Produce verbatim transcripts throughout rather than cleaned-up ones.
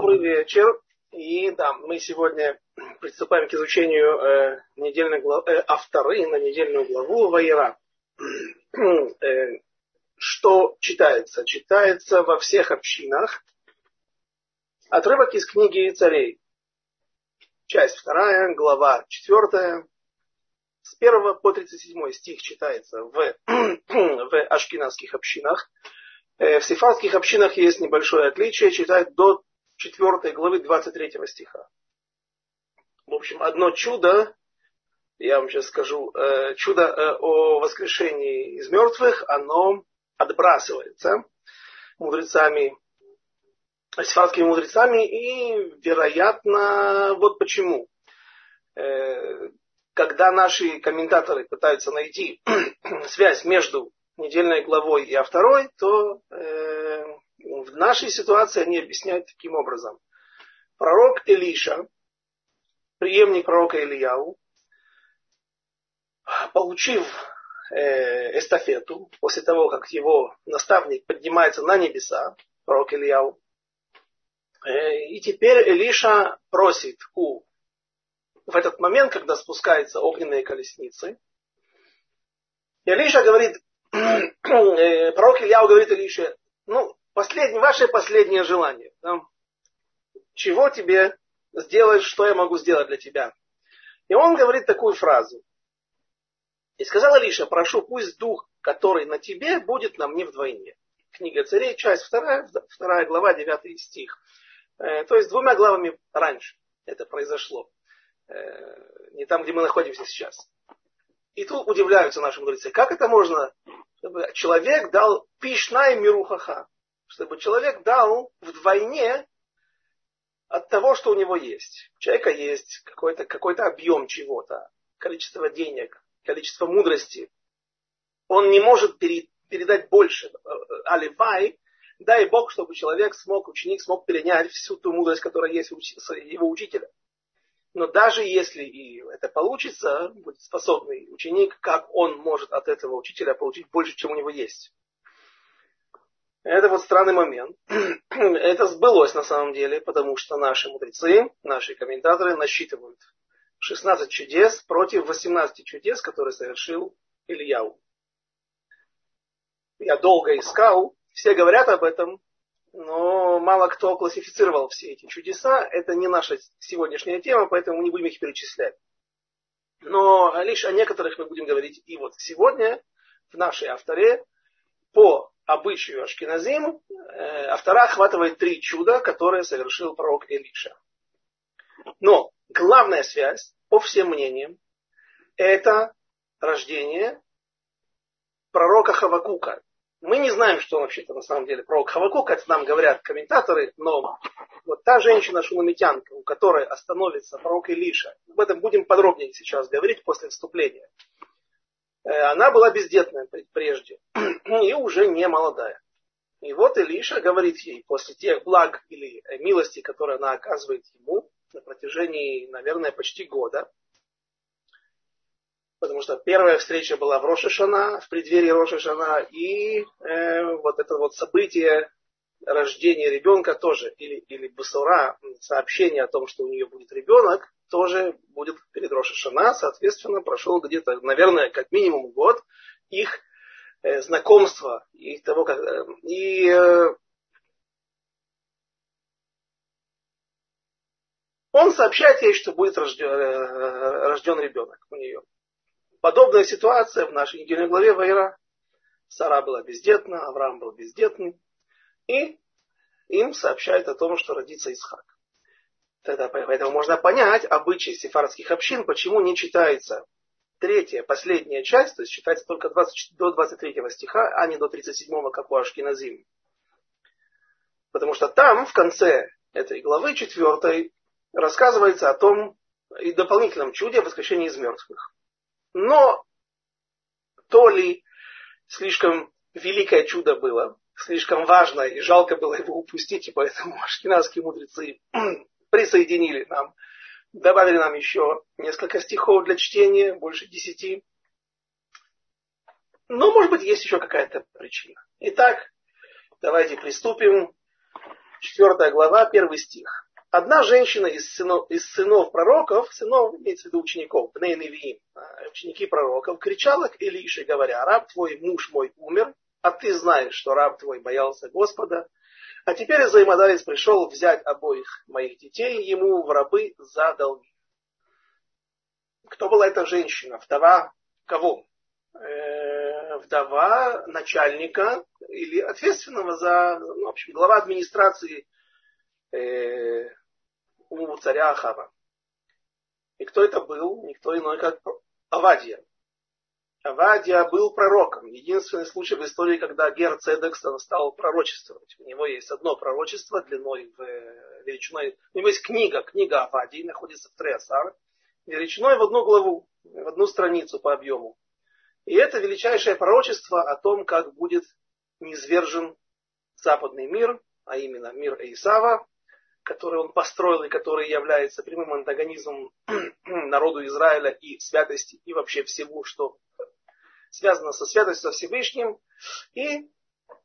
Добрый вечер. И да, мы сегодня приступаем к изучению э, недельной главы, э, авторы на недельную главу Ваера. э, что читается? Читается во всех общинах. Отрывок из книги Царей. Часть вторая, глава четвертая. С первого по тридцать седьмой стих читается в, в ашкеназских общинах. В сефардских общинах есть небольшое отличие, читают до четвёртой главы двадцать третьего стиха. В общем, одно чудо, я вам сейчас скажу, чудо о воскрешении из мертвых, оно отбрасывается мудрецами, сефардскими мудрецами, и, вероятно, вот почему. Когда наши комментаторы пытаются найти связь между недельной главой и второй, то э, в нашей ситуации они объясняют таким образом. Пророк Элиша, преемник пророка Ильяу, получив э, эстафету, после того, как его наставник поднимается на небеса, пророк Ильяу, э, и теперь Элиша просит у, в этот момент, когда спускаются огненные колесницы, Элиша говорит, пророк Ильяу говорит Элише, ну, последнее, ваше последнее желание. Да? Чего тебе сделать, что я могу сделать для тебя? И он говорит такую фразу. И сказал Элиша, прошу, пусть дух, который на тебе, будет на мне вдвойне. Книга Царей, часть вторая, вторая глава, девятый стих. Э, то есть двумя главами раньше это произошло. Э, не там, где мы находимся сейчас. И тут удивляются наши мудрецы, как это можно, чтобы человек дал пишнай мирухаха, чтобы человек дал вдвойне от того, что у него есть. У человека есть какой-то, какой-то объем чего-то, количество денег, количество мудрости. Он не может передать больше. Аливай, дай Бог, чтобы человек смог, ученик смог перенять всю ту мудрость, которая есть у его учителя. Но даже если и это получится, будет способный ученик, как он может от этого учителя получить больше, чем у него есть. Это вот странный момент. Это сбылось на самом деле, потому что наши мудрецы, наши комментаторы насчитывают шестнадцать чудес против восемнадцати чудес, которые совершил Ильяу. Я долго искал, все говорят об этом, но мало кто классифицировал все эти чудеса. Это не наша сегодняшняя тема, поэтому не будем их перечислять. Но лишь о некоторых мы будем говорить и вот сегодня в нашей авторе. По обычаю ашкеназим, автора охватывает три чуда, которые совершил пророк Элиша. Но главная связь, по всем мнениям, это рождение пророка Хавакука. Мы не знаем, что он вообще-то на самом деле пророк Хавакук, это нам говорят комментаторы, но вот та женщина шунамитянка, у которой остановится пророк Элиша, об этом будем подробнее сейчас говорить после вступления. Она была бездетная прежде и уже не молодая. И вот Элиша говорит ей, после тех благ или милости, которые она оказывает ему на протяжении, наверное, почти года, потому что первая встреча была в Рош ха-Шана, в преддверии Рош ха-Шана, и э, вот это вот событие рождения ребенка тоже, или, или басура, сообщение о том, что у нее будет ребенок, тоже будет перед Рош ха-Шана. Соответственно, прошел где-то, наверное, как минимум год их э, знакомства, и того, как... Э, и, э, он сообщает ей, что будет рожден, э, рожден ребенок у нее. Подобная ситуация в нашей недельной главе Ваера. Сара была бездетна, Авраам был бездетный. И им сообщают о том, что родится Исхак. Тогда поэтому можно понять обычаи сефардских общин, почему не читается третья, последняя часть, то есть читается только двадцать, до двадцать третьего стиха, а не до тридцать седьмого, как у ашкеназим. Потому что там, в конце этой главы, четвертой, рассказывается о том и дополнительном чуде воскрешения из мертвых. Но то ли слишком великое чудо было, слишком важно и жалко было его упустить, и поэтому ашкеназские мудрецы присоединили нам, добавили нам еще несколько стихов для чтения, больше десяти. Но, может быть, есть еще какая-то причина. Итак, давайте приступим. четвёртая глава, первый стих. Одна женщина из сынов, из сынов пророков, сынов, имеется в виду учеников, бней невиим, ученики пророков, кричала к Илише, говоря: раб твой, муж мой умер, а ты знаешь, что раб твой боялся Господа. А теперь взаимодавец пришел взять обоих моих детей ему в рабы за долги. Кто была эта женщина? Вдова кого? Э, вдова начальника или ответственного за, ну, в общем, глава администрации э, у царя Ахава. И кто это был? Никто иной, как Авадия. Авадия был пророком. Единственный случай в истории, когда Гер Цедек стал пророчествовать. У него есть одно пророчество длиной в величиной. У него есть книга, книга Авадии, находится в Треасар, величиной в одну главу, в одну страницу по объему. И это величайшее пророчество о том, как будет низвержен западный мир, а именно мир Эйсава, который он построил и который является прямым антагонизмом народу Израиля и святости, и вообще всего, что связано со святостью, со Всевышним. И э,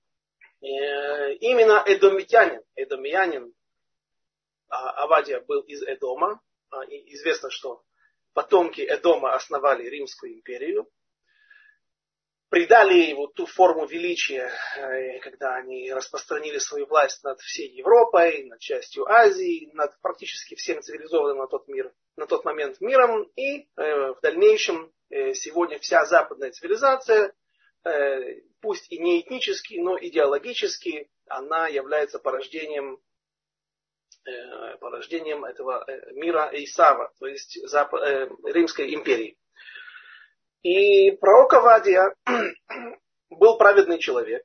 именно эдомитянин, эдомиянин, а, Авадия был из Эдома. А, и известно, что потомки Эдома основали Римскую империю. Придали его ту форму величия, когда они распространили свою власть над всей Европой, над частью Азии, над практически всем цивилизованным на тот, мир, на тот момент миром. И э, в дальнейшем э, сегодня вся западная цивилизация, э, пусть и не этнически, но идеологически, она является порождением, э, порождением этого мира Эйсава, то есть Зап... э, Римской империи. И пророк Авадия был праведный человек,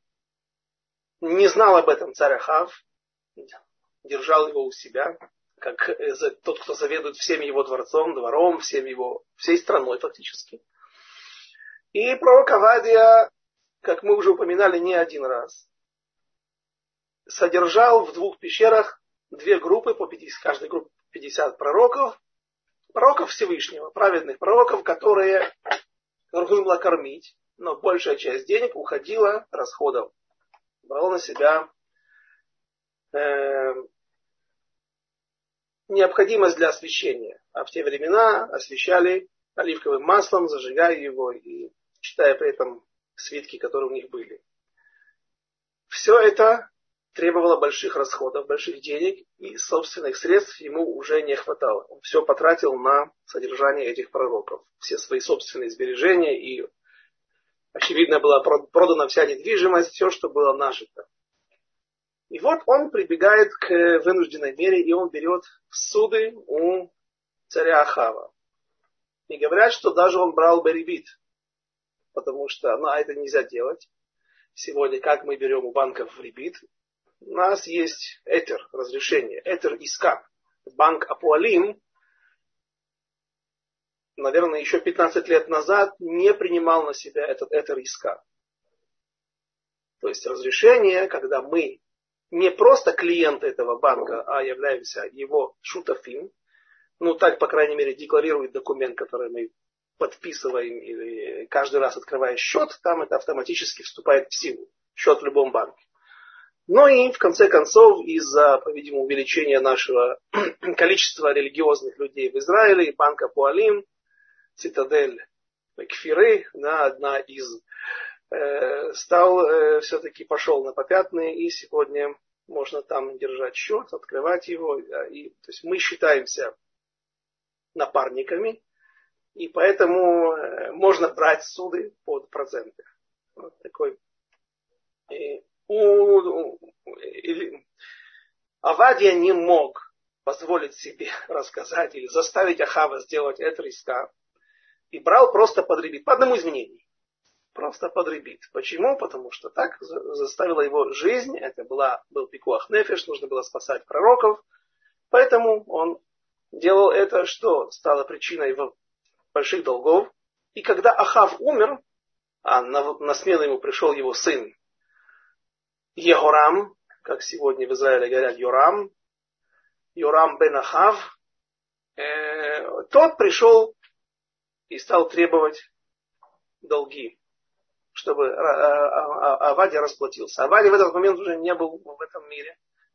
не знал об этом царь Ахав, держал его у себя, как тот, кто заведует всем его дворцом, двором, всем его, всей страной фактически. И пророк Авадия, как мы уже упоминали не один раз, содержал в двух пещерах две группы, по пятьдесят, каждой группе пятьдесят пророков, пророков Всевышнего, праведных пророков, которые, которых нужно было кормить, но большая часть денег уходила расходом. Брал на себя э, необходимость для освещения. А в те времена освещали оливковым маслом, зажигая его и читая при этом свитки, которые у них были. Все это требовало больших расходов, больших денег, и собственных средств ему уже не хватало. Он все потратил на содержание этих пророков. Все свои собственные сбережения, и, очевидно, была продана вся недвижимость, все, что было нажито. И вот он прибегает к вынужденной мере, и он берет суды у царя Ахава. И говорят, что даже он брал берибит, потому что, ну, а это нельзя делать. Сегодня, как мы берем у банков в ребит, у нас есть этер, разрешение, этер иска. Банк Апуалим, наверное, еще пятнадцать лет назад не принимал на себя этот этер иска. То есть разрешение, когда мы не просто клиенты этого банка, а являемся его шутафим. Ну, так, по крайней мере, декларирует документ, который мы подписываем, и каждый раз открывая счет, там это автоматически вступает в силу. Счет в любом банке. Ну и, в конце концов, из-за, по-видимому, увеличения нашего количества религиозных людей в Израиле, банк Апуалим, Цитадель Кфиры, да, одна из, э, стал, э, все-таки пошел на попятные, и сегодня можно там держать счет, открывать его. И, то есть мы считаемся напарниками, и поэтому э, можно брать суды под проценты. Вот такой. И, у, или, Авадия не мог позволить себе рассказать или заставить Ахава сделать это риска. И брал просто под ребит, по одному из мнений. Просто под ребит. Почему? Потому что так заставила его жизнь. Это была, был пикуах нефеш, нужно было спасать пророков. Поэтому он делал это, что стало причиной его больших долгов. И когда Ахав умер, а на, на смену ему пришел его сын Егорам, как сегодня в Израиле говорят Йорам, Йорам бен Ахав, э, тот пришел и стал требовать долги, чтобы Авадия расплатился. Авадия в этот момент уже не был в этом мире.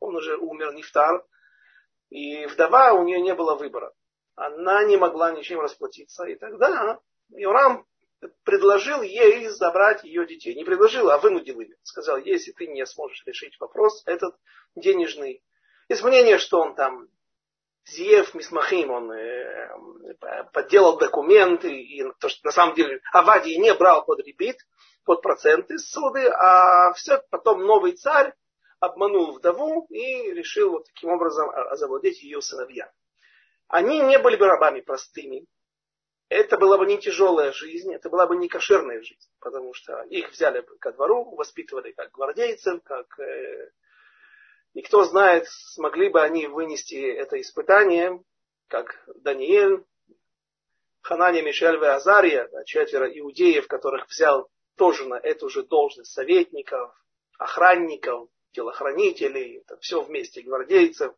он уже умер, нефтар, и вдова, у нее не было выбора. Она не могла ничем расплатиться. И тогда Йорам предложил ей забрать ее детей. Не предложил, а вынудил ее. Сказал, если ты не сможешь решить вопрос этот денежный. Есть мнение, что он там Зиев Мисмахим, он э, подделал документы, и то, что на самом деле Авадий не брал под ребит, под проценты суды, а все потом новый царь обманул вдову и решил вот таким образом завладеть ее сыновьями. Они не были бы рабами простыми. Это была бы не тяжелая жизнь, это была бы не кошерная жизнь, потому что их взяли бы ко двору, воспитывали как гвардейцев, как... Э, и кто знает, смогли бы они вынести это испытание, как Даниэль, Хананя, Мишель и Азария, четверо иудеев, которых взял тоже на эту же должность советников, охранников, телохранителей, это все вместе, гвардейцев.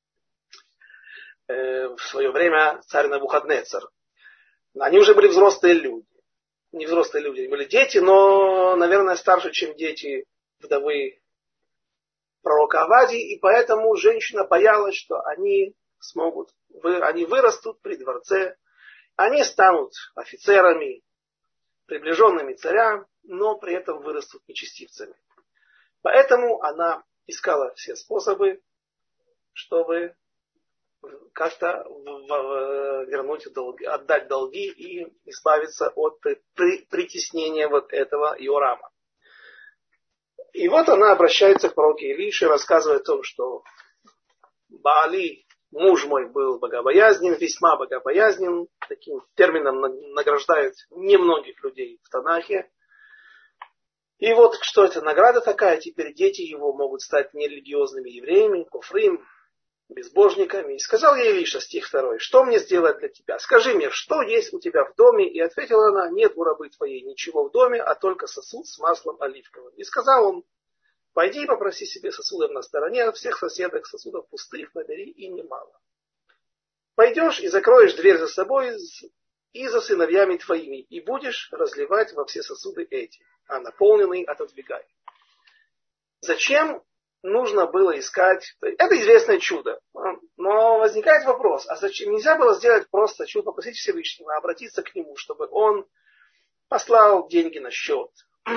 Э, в свое время царь Навуходнецар. Они уже были взрослые люди. Не взрослые люди, они были дети, но, наверное, старше, чем дети вдовы пророка Авадии, и поэтому женщина боялась, что они смогут, они вырастут при дворце, они станут офицерами, приближенными царя, но при этом вырастут нечестивцами. Поэтому она искала все способы, чтобы как-то вернуть долги, отдать долги и избавиться от притеснения вот этого Йорама. И вот она обращается к пророку Илише, рассказывает о том, что Баали, муж мой, был богобоязнен, весьма богобоязнен. Таким термином награждают немногих людей в Танахе. И вот что это награда такая, теперь дети его могут стать нерелигиозными евреями, кофрим, безбожниками. И сказал ей Илиша, стих второй, что мне сделать для тебя? Скажи мне, что есть у тебя в доме? И ответила она, нет у рабы твоей ничего в доме, а только сосуд с маслом оливковым. И сказал он, пойди и попроси себе сосудов на стороне, от всех соседок сосудов пустых набери и немало. Пойдешь и закроешь дверь за собой и за сыновьями твоими, и будешь разливать во все сосуды эти, а наполненный отодвигай. Зачем нужно было искать... Это известное чудо. Но возникает вопрос, а зачем нельзя было сделать просто чудо, попросить Всевышнего, обратиться к нему, чтобы он послал деньги на счет,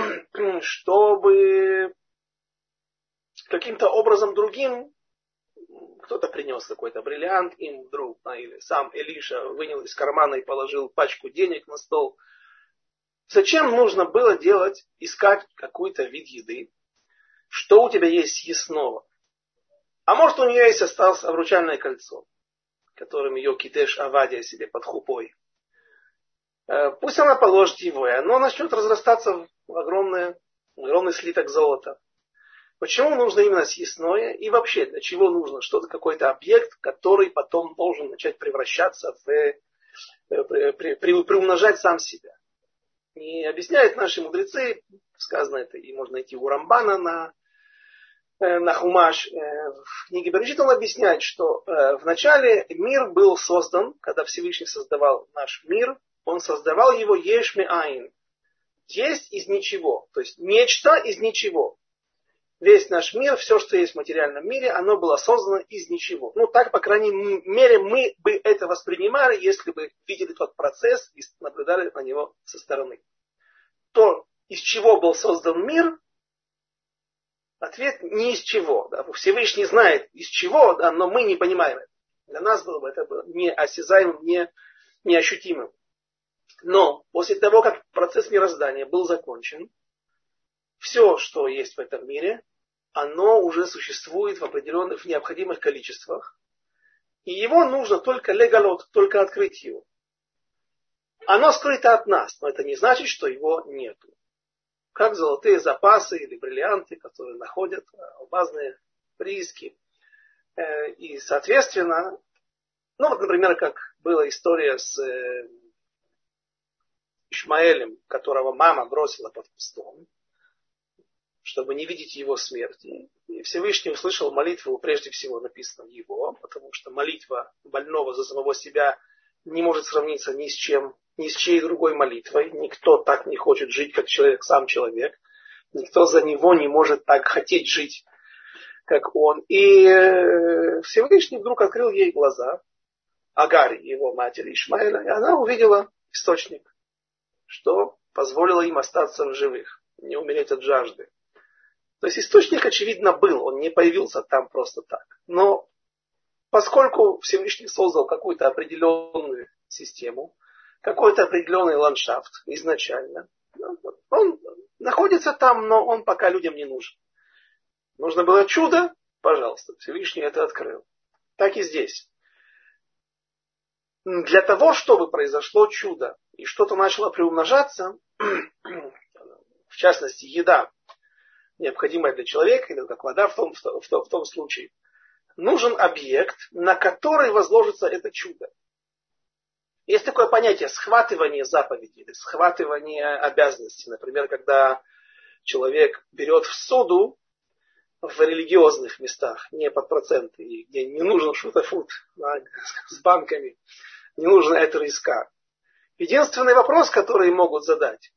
чтобы каким-то образом другим кто-то принес какой-то бриллиант, им вдруг, или сам Илиша вынул из кармана и положил пачку денег на стол. Зачем нужно было делать, искать какой-то вид еды? Что у тебя есть съестного? А может, у нее есть осталось обручальное кольцо, которым ее кидеш Авадия себе под хупой. Пусть она положит его, и оно начнет разрастаться в огромный, огромный слиток золота. Почему нужно именно съестное? И вообще, для чего нужно что-то, какой-то объект, который потом должен начать превращаться в... При, при, при, приумножать сам себя. И объясняют наши мудрецы, сказано это, и можно найти у Рамбана на, на Хумаш. В книге Берешит он объясняет, что вначале мир был создан, когда Всевышний создавал наш мир, он создавал его еш ме'аин. Есть из ничего. То есть нечто из ничего. Весь наш мир, все, что есть в материальном мире, оно было создано из ничего. Ну, так, по крайней мере, мы бы это воспринимали, если бы видели тот процесс и наблюдали на него со стороны. То, из чего был создан мир, ответ не из чего. Да. Всевышний знает из чего, да, но мы не понимаем это. Для нас было бы это было неосязаемым, не, неощутимым. Но после того, как процесс мироздания был закончен, все, что есть в этом мире, оно уже существует в определенных, в необходимых количествах. И его нужно только легалот, только открыть его. Оно скрыто от нас, но это не значит, что его нету. Как золотые запасы или бриллианты, которые находят алмазные прииски. И, соответственно, ну вот, например, как была история с Ишмаэлем, которого мама бросила под кустом, чтобы не видеть его смерти. И Всевышний услышал молитву, прежде всего написано его, потому что молитва больного за самого себя не может сравниться ни с чем, ни с чьей другой молитвой. Никто так не хочет жить, как человек, сам человек. Никто за него не может так хотеть жить, как он. И Всевышний вдруг открыл ей глаза, Агари, его матери Ишмаэля, и она увидела источник, что позволило им остаться в живых, не умереть от жажды. То есть источник, очевидно, был, он не появился там просто так. Но поскольку Всевышний создал какую-то определенную систему, какой-то определенный ландшафт изначально, он находится там, но он пока людям не нужен. Нужно было чудо, пожалуйста, Всевышний это открыл. Так и здесь. Для того, чтобы произошло чудо и что-то начало приумножаться, в частности, еда, необходимая для человека, или как вода в том, в, том, в том случае, нужен объект, на который возложится это чудо. Есть такое понятие схватывание заповедей, или схватывание обязанностей. Например, когда человек берет в суду в религиозных местах, не под проценты, где не нужен шутафут, да, с банками, не нужно это риска. Единственный вопрос, который могут задать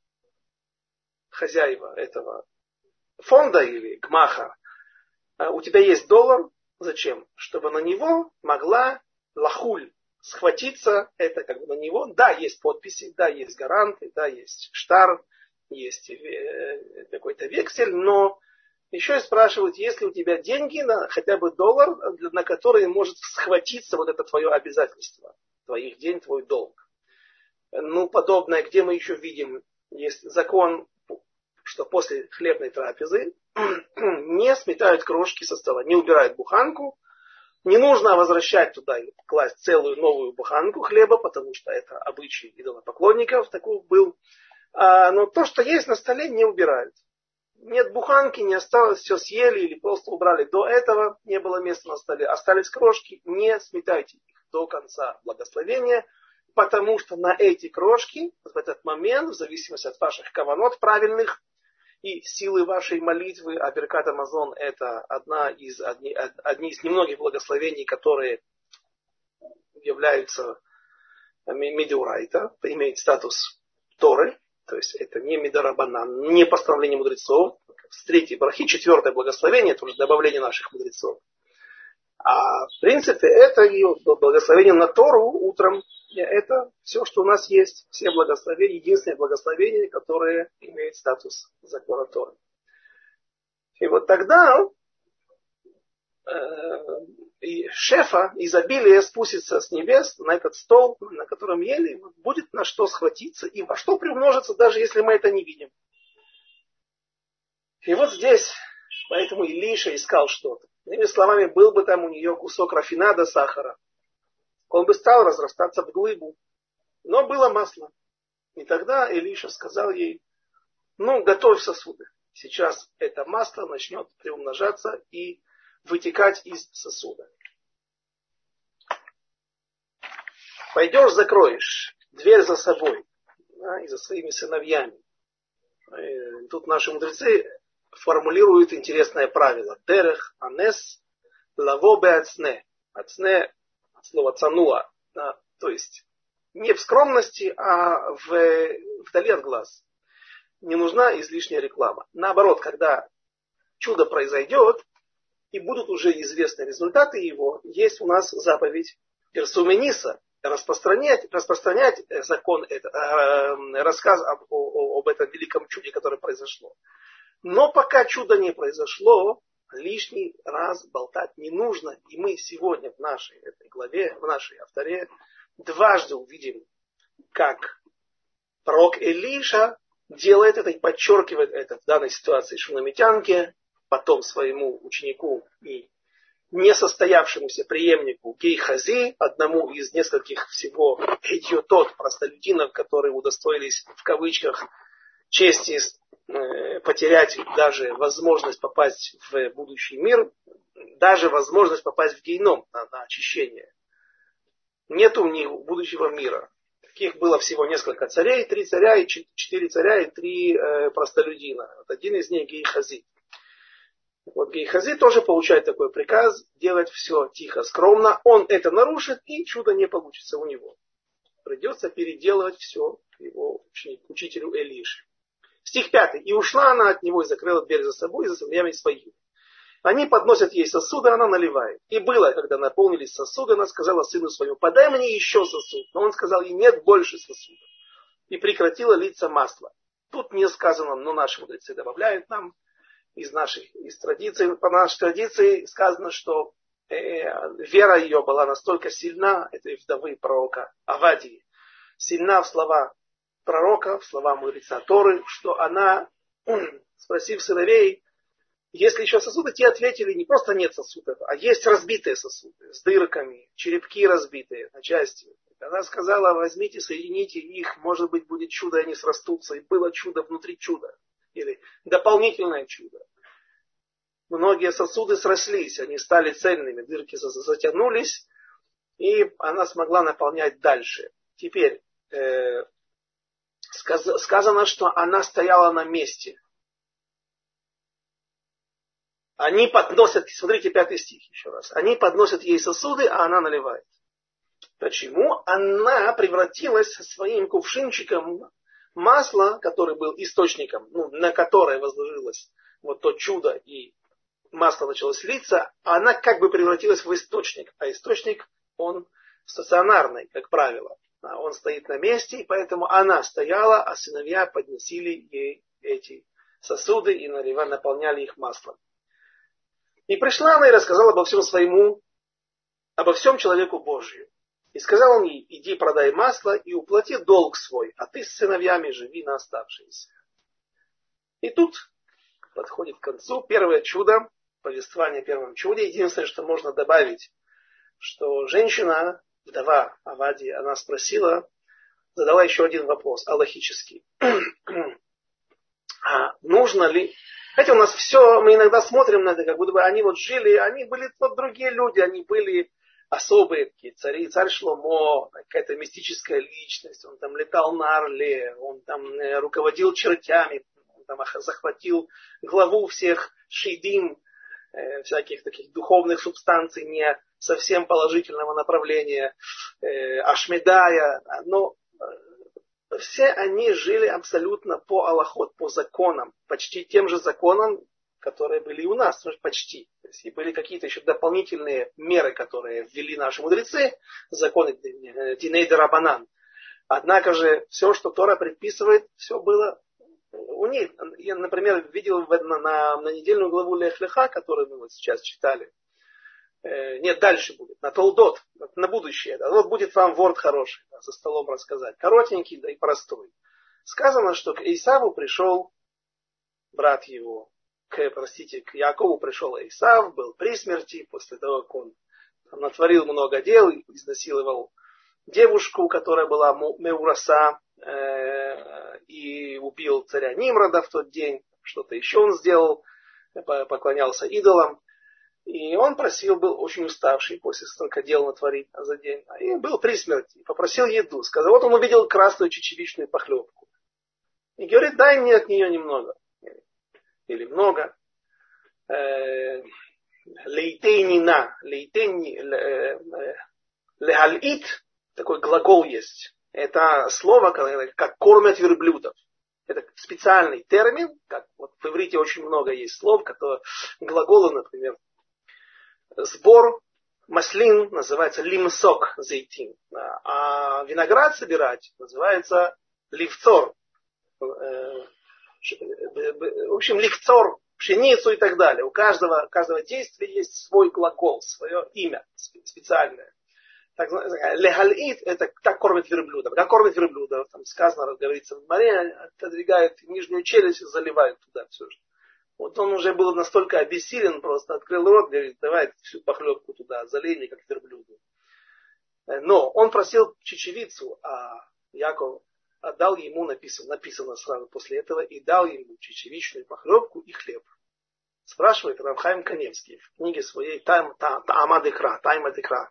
хозяева этого фонда или гмаха: у тебя есть доллар, зачем? Чтобы на него могла лахуль схватиться, это как бы на него, да, есть подписи, да, есть гаранты, да, есть штар, есть какой-то вексель, но еще и спрашивают, есть ли у тебя деньги на хотя бы доллар, на который может схватиться вот это твое обязательство, твоих денег, твой долг. Ну, подобное, где мы еще видим, есть закон, что после хлебной трапезы не сметают крошки со стола, не убирают буханку. Не нужно возвращать туда или класть целую новую буханку хлеба, потому что это обычай идолопоклонников, такой был. А, но то, что есть на столе, не убирают. Нет буханки, не осталось, все съели или просто убрали. До этого не было места на столе. Остались крошки, не сметайте их до конца благословения, потому что на эти крошки в этот момент, в зависимости от ваших каванот правильных, и силы вашей молитвы, а Беркат Амазон это одна из, одни, одни из немногих благословений, которые являются медиурайта, имеет статус Торы, то есть это не медарабанан, не постановление мудрецов. С третьей брахи, четвертое благословение, это уже добавление наших мудрецов. А в принципе это и благословение на Тору утром, это все, что у нас есть, все благословения, единственное благословение, которое имеет статус закона Торы. И вот тогда э, и шефа, изобилие спустится с небес на этот стол, на котором ели, будет на что схватиться и во что приумножится, даже если мы это не видим. И вот здесь, поэтому Илиша искал что-то. Иными словами, был бы там у нее кусок рафинада сахара, он бы стал разрастаться в глыбу. Но было масло. И тогда Илиша сказал ей: ну, готовь сосуды. Сейчас это масло начнет приумножаться и вытекать из сосуда. Пойдешь, закроешь дверь за собой, да, и за своими сыновьями. И тут наши мудрецы формулируют интересное правило. Дерех анес лаво беацне. Ацне от слова цануа. Да, то есть не в скромности, а в, вдали от глаз. Не нужна излишняя реклама. Наоборот, когда чудо произойдет, и будут уже известны результаты его, есть у нас заповедь персумениса, распространять, распространять закон, это, э, рассказ об, о, об этом великом чуде, которое произошло. Но пока чудо не произошло, лишний раз болтать не нужно. И мы сегодня в нашей этой главе, в нашей авторе, дважды увидим, как пророк Илиша делает это и подчеркивает это в данной ситуации шунамитянке, потом своему ученику и несостоявшемуся преемнику Гейхази, одному из нескольких всего идиотот, простолюдинов, которые удостоились в кавычках чести э, потерять даже возможность попасть в будущий мир, даже возможность попасть в гейном на, на очищение. Нет у них будущего мира. Таких было всего несколько царей, три царя, и четыре царя и три э, простолюдина. Вот один из них Гейхази. Вот Гейхази тоже получает такой приказ делать все тихо, скромно. Он это нарушит, и чудо не получится у него. Придется переделывать все его ученику, учителю Илиши. Стих пятый. И ушла она от него и закрыла дверь за собой и за сыновьями своими. Они подносят ей сосуды, она наливает. И было, когда наполнились сосуды, она сказала сыну своему: подай мне еще сосуд. Но он сказал ей: нет больше сосудов. И прекратила литься масло. Тут не сказано, но наши мудрецы добавляют нам из наших из традиций. По нашей традиции сказано, что э, вера ее была настолько сильна, этой вдовы пророка Авадии, сильна в слова пророка, в слова мудреца Торы, что она, спросив сыновей: есть ли еще сосуды, те ответили: не просто нет сосудов, а есть разбитые сосуды с дырками, черепки разбитые на части. Она сказала: возьмите, соедините их, может быть, будет чудо, и они срастутся. И было чудо внутри чуда. Или дополнительное чудо. Многие сосуды срослись, они стали цельными, дырки затянулись, и она смогла наполнять дальше. Теперь э, сказ, сказано, что она стояла на месте. Они подносят, смотрите пятый стих еще раз, они подносят ей сосуды, а она наливает. Почему? Она превратилась со своим кувшинчиком масла, который был источником, ну, на которое возложилось вот то чудо, и масло началось литься, она как бы превратилась в источник. А источник, он стационарный, как правило. Он стоит на месте, и поэтому она стояла, а сыновья подносили ей эти сосуды и наполняли их маслом. И пришла она и рассказала обо всем своему, обо всем человеку Божию. И сказал он ей: иди продай масло и уплати долг свой, а ты с сыновьями живи на оставшиеся. И тут подходит к концу первое чудо, повествование о первом чуде. Единственное, что можно добавить, что женщина, вдова Авадии, она спросила, задала еще один вопрос, аллахический. А нужно ли... Знаете, у нас все, мы иногда смотрим на это, как будто бы они вот жили, они были вот другие люди, они были особые такие цари, царь Шломо, какая-то мистическая личность, он там летал на орле, он там руководил чертями, он там захватил главу всех шейдим, э, всяких таких духовных субстанций не совсем положительного направления, э, Ашмедая, но э, все они жили абсолютно по алахот, по законам, почти тем же законам, которые были и у нас, почти. То есть, и были какие-то еще дополнительные меры, которые ввели наши мудрецы, законы Диней де Рабанан. Однако же все, что Тора предписывает, все было у них. Я, например, видел на, на, на недельную главу Лех Леха, которую мы вот сейчас читали. Э, нет, дальше будет, на Толдот, на будущее. Да. Вот будет вам ворд хороший, да, за столом рассказать. Коротенький, да и простой. Сказано, что к Исаву пришел брат его. К, простите, к Якову пришел Исав, был при смерти, после того, как он там натворил много дел, изнасиловал девушку, которая была Меураса, э, и убил царя Нимрода в тот день, что-то еще он сделал, поклонялся идолам. И он просил, был очень уставший после столько дел натворить за день, и был при смерти, попросил еду. Сказал, вот он увидел красную чечевичную похлебку. И говорит, дай мне от нее немного. Или много. Лейтейнина, лехалит, такой глагол есть. Это слово, как кормят верблюдов. Это специальный термин, как вот в иврите очень много есть слов, которые глаголы, например, сбор маслин называется лимсок зейтин, а виноград собирать называется ливцор. В общем, лихцор, пшеницу и так далее. У каждого, у каждого действия есть свой глагол, свое имя специальное. Лехалит — это как кормят верблюдов. Как кормят верблюдов, там сказано, говорится в море, отодвигают нижнюю челюсть и заливают туда все. Вот он уже был настолько обессилен, просто открыл рот, говорит, давай всю похлебку туда, залей мне как верблюду. Но он просил чечевицу, а Яков отдал ему, написано, написано сразу после этого, и дал ему чечевичную похлебку и хлеб. Спрашивает Рав Хаим Каневский в книге своей Таамад Икра, Таамад Икра.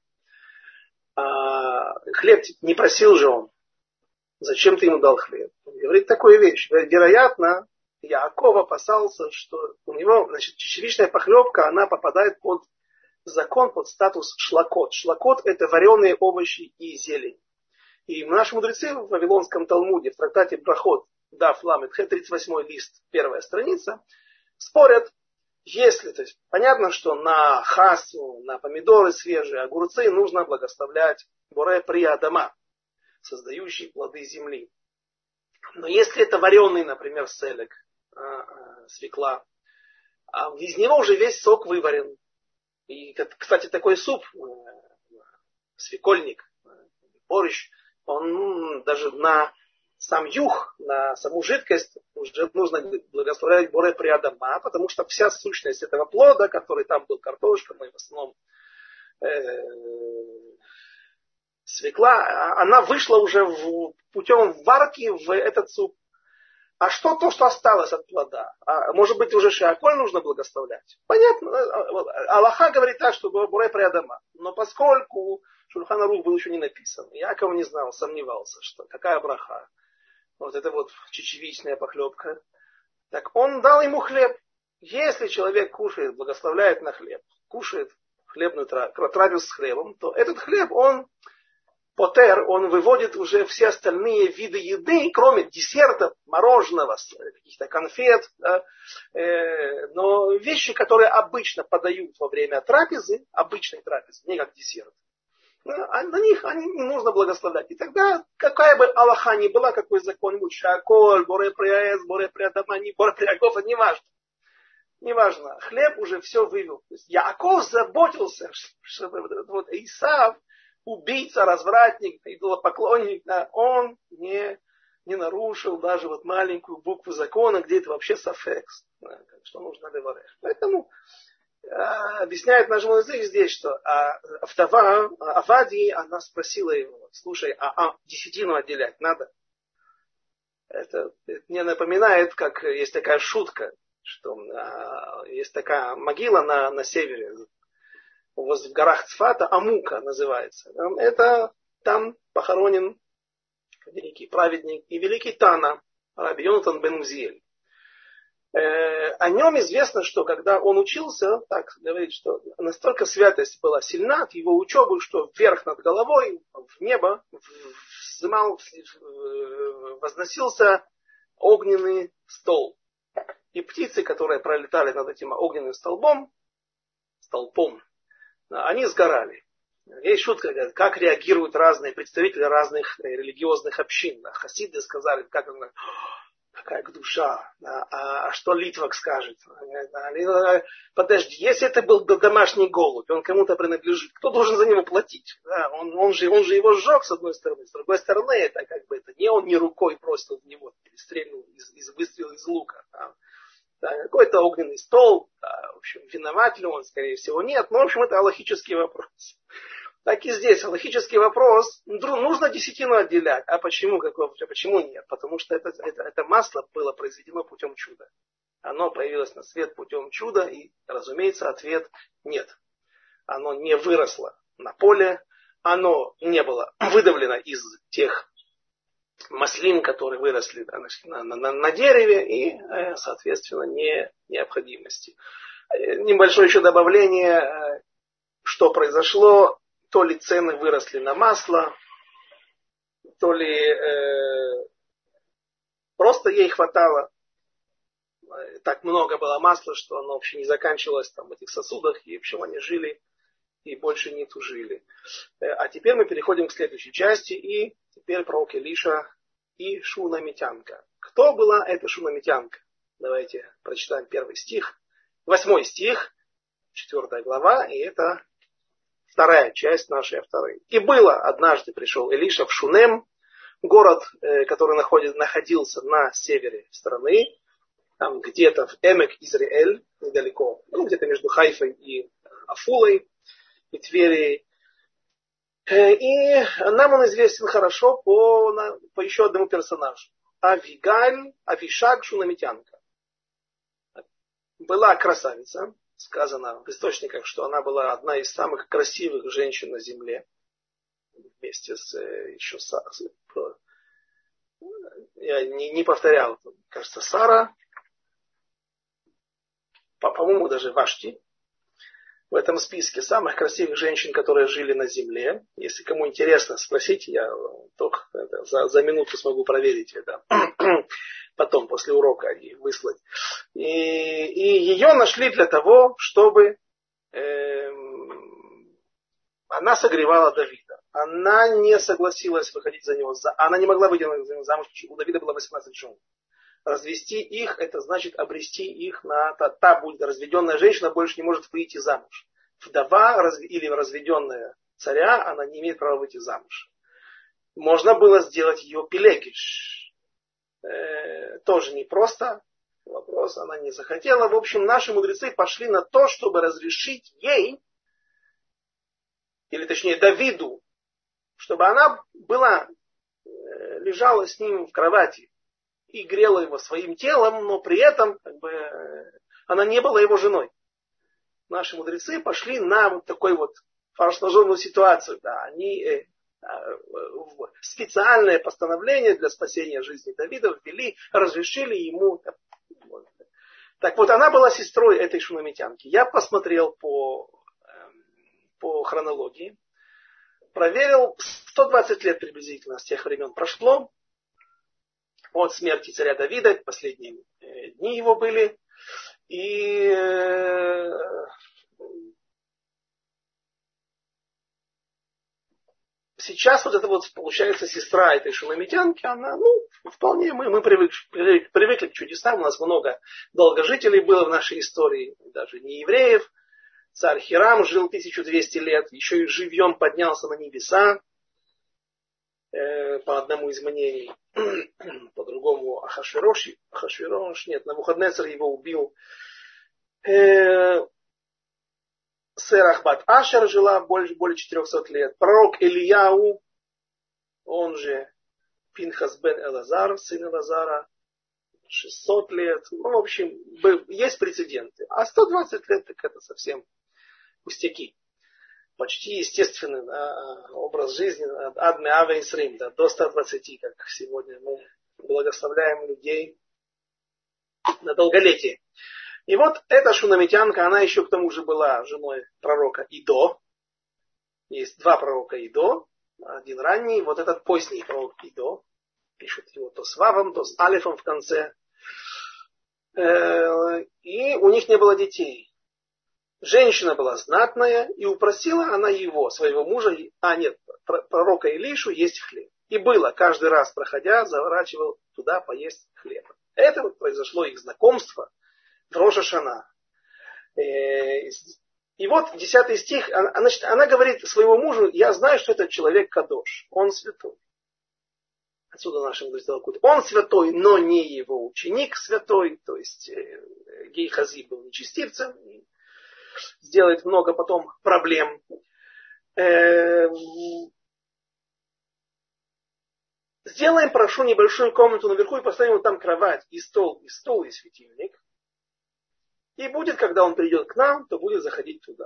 Хлеб не просил же он. Зачем ты ему дал хлеб? Он говорит такую вещь. Вероятно, Яаков опасался, что у него, значит, чечевичная похлебка, она попадает под закон, под статус шлакот. Шлакот — это вареные овощи и зелень. И наши мудрецы в Вавилонском Талмуде, в трактате Брахот, Даф Ламет Хэ, тридцать восьмой лист, первая страница, спорят, Если, то есть, понятно, что на хасу, на помидоры свежие, огурцы нужно благословлять боре при адама, создающий плоды земли. Но если это вареный, например, селек, свекла, а из него уже весь сок выварен. И, кстати, такой суп, свекольник, борщ, он даже на сам юх, на саму жидкость уже нужно благословлять боре при адама, потому что вся сущность этого плода, который там был картошка, мы в основном э, свекла, она вышла уже в, путем варки в этот суп. А что то, что осталось от плода? А, может быть, уже шиаколь нужно благословлять? Понятно. Аллаха говорит так, что боре при адама. Но поскольку Шульхан Арух был еще не написан, Яков не знал, сомневался, что какая браха. Вот это вот чечевичная похлебка. Так он дал ему хлеб. Если человек кушает, благословляет на хлеб, кушает хлебную трапезу с хлебом, то этот хлеб, он потер, он выводит уже все остальные виды еды, кроме десертов, мороженого, каких-то конфет. Да, э, но вещи, которые обычно подают во время трапезы, обычной трапезы, не как десерт, а на них они не нужно благословлять. И тогда, какая бы Аллаха ни была, какой закон, будь шаколь, боре приаэс, боре приадама, не боре приагов, это не важно. Не важно. Хлеб уже все вывел. То есть Яаков заботился, чтобы вот Исав, убийца, развратник, идолопоклонник, да, он не, не нарушил даже вот маленькую букву закона, где это вообще сафекс, да, что нужно леварех. Поэтому объясняет наш язык здесь, что а, вдова Авадии, она спросила его, слушай, а, а десятину отделять надо? Это, это мне напоминает, как есть такая шутка, что а, есть такая могила на, на севере, в горах Цфата, Амука называется. Это там похоронен великий праведник и великий Тана, Раби Йонатан бен Узиэль. Э, о нем известно, что когда он учился, так говорит, что настолько святость была сильна от его учебы, что вверх над головой, в небо, взымал, возносился огненный стол. И птицы, которые пролетали над этим огненным столбом, столпом, они сгорали. Есть шутка, как реагируют разные представители разных религиозных общин. Хасиды сказали, как она, какая душа, а, а что Литвак скажет? Подожди, если это был домашний голубь, он кому-то принадлежит, кто должен за него платить? Да, он, он, же, он же его сжег с одной стороны, с другой стороны, это как бы это не он не рукой просто в него стрельнул, из, из, выстрелил из лука. Да. Да, какой-то огненный стол, да, в общем, виноват ли он, скорее всего, нет. Но, в общем, это аллахический вопрос. Так и здесь, аллахический вопрос, нужно десятину отделять. А почему, какой, почему нет? Потому что это, это, это масло было произведено путем чуда. Оно появилось на свет путем чуда, и, разумеется, ответ нет. Оно не выросло на поле, оно не было выдавлено из тех маслин, которые выросли на, на, на, на дереве, и, соответственно, не необходимости. Небольшое еще добавление, что произошло, то ли цены выросли на масло, то ли э, просто ей хватало, так много было масла, что оно вообще не заканчивалось там в этих сосудах, и в общем они жили и больше не тужили. А теперь мы переходим к следующей части, и теперь пророк Илиша и Шунамитянка. Кто была эта Шунамитянка? Давайте прочитаем первый стих. Восьмой стих, четвертая глава, и это вторая часть нашей авторы. И было, однажды пришел Илиша в Шунем, город, который находит, находился на севере страны, там где-то в Эмек Израиль, недалеко, ну где-то между Хайфой и Афулой, и Тверией. И нам он известен хорошо по, по еще одному персонажу. Авигаль, Авишаг Шунамитянка. Была красавица. Сказано в источниках, что она была одна из самых красивых женщин на земле. Вместе с еще с, я не, не повторял, кажется, Сара. По-моему, даже Вашти. в этом списке самых красивых женщин, которые жили на земле. Если кому интересно, спросите, я только это, за, за минуту смогу проверить это. Потом, после урока, и выслать. И, и ее нашли для того, чтобы э, она согревала Давида. Она не согласилась выходить за него. Она не могла выйти за него замуж. У Давида было восемнадцать жен. Развести их, это значит обрести их на... Та, та будет разведенная женщина, больше не может выйти замуж. Вдова раз, или разведенная царя, она не имеет права выйти замуж. Можно было сделать ее пелекиш. Э, тоже непросто. Вопрос она не захотела. В общем, наши мудрецы пошли на то, чтобы разрешить ей, или точнее Давиду, чтобы она была, э, лежала с ним в кровати и грела его своим телом, но при этом как бы, она не была его женой. Наши мудрецы пошли на вот такой вот форс-мажорную ситуацию. Да, они э, э, специальное постановление для спасения жизни Давида ввели, разрешили ему. Так вот, она была сестрой этой шунамитянки. Я посмотрел по, э, по хронологии, проверил, сто двадцать лет приблизительно с тех времен прошло. От смерти царя Давида, последние дни его были. И сейчас вот это вот получается сестра этой шунамитянки, она, ну, вполне мы, мы привыкли, привыкли, привыкли к чудесам. У нас много долгожителей было в нашей истории, даже не евреев. Царь Хирам жил тысячу двести лет, еще и живьем поднялся на небеса. По одному из мнений, по-другому Ахашвирош, Ахашвирош, нет, Навуходнецер его убил. Э, Серах бат Ашер жила больше, более четырехсот лет. Пророк Ильяу, он же Пинхас бен Элазар, сын Элазара, шестьсот лет. Ну, в общем, есть прецеденты. А сто двадцать лет, так это совсем пустяки. Почти естественный, да, образ жизни, адме аве исрим, да, до ста двадцати, как сегодня мы благословляем людей на долголетие. И вот эта шунамитянка, она еще к тому же была женой пророка Идо. Есть два пророка Идо, один ранний, вот этот поздний пророк Идо. Пишут его то с вавом, то с алифом в конце. И у них не было детей. Женщина была знатная, и упросила она его, своего мужа, а нет, пророка Илишу, есть хлеб. И было, каждый раз проходя, заворачивал туда поесть хлеба. Это вот произошло их знакомство в Рош ха-Шана. И вот десятый стих, она, значит, она говорит своему мужу, я знаю, что этот человек кадош, он святой. Отсюда нашим мудрецам он святой, но не его ученик святой, то есть Гейхази был нечестивцем, сделает много потом проблем. Сделаем, прошу, небольшую комнату наверху и поставим там кровать, и стол, и стол, и светильник. И будет, когда он придет к нам, то будет заходить туда.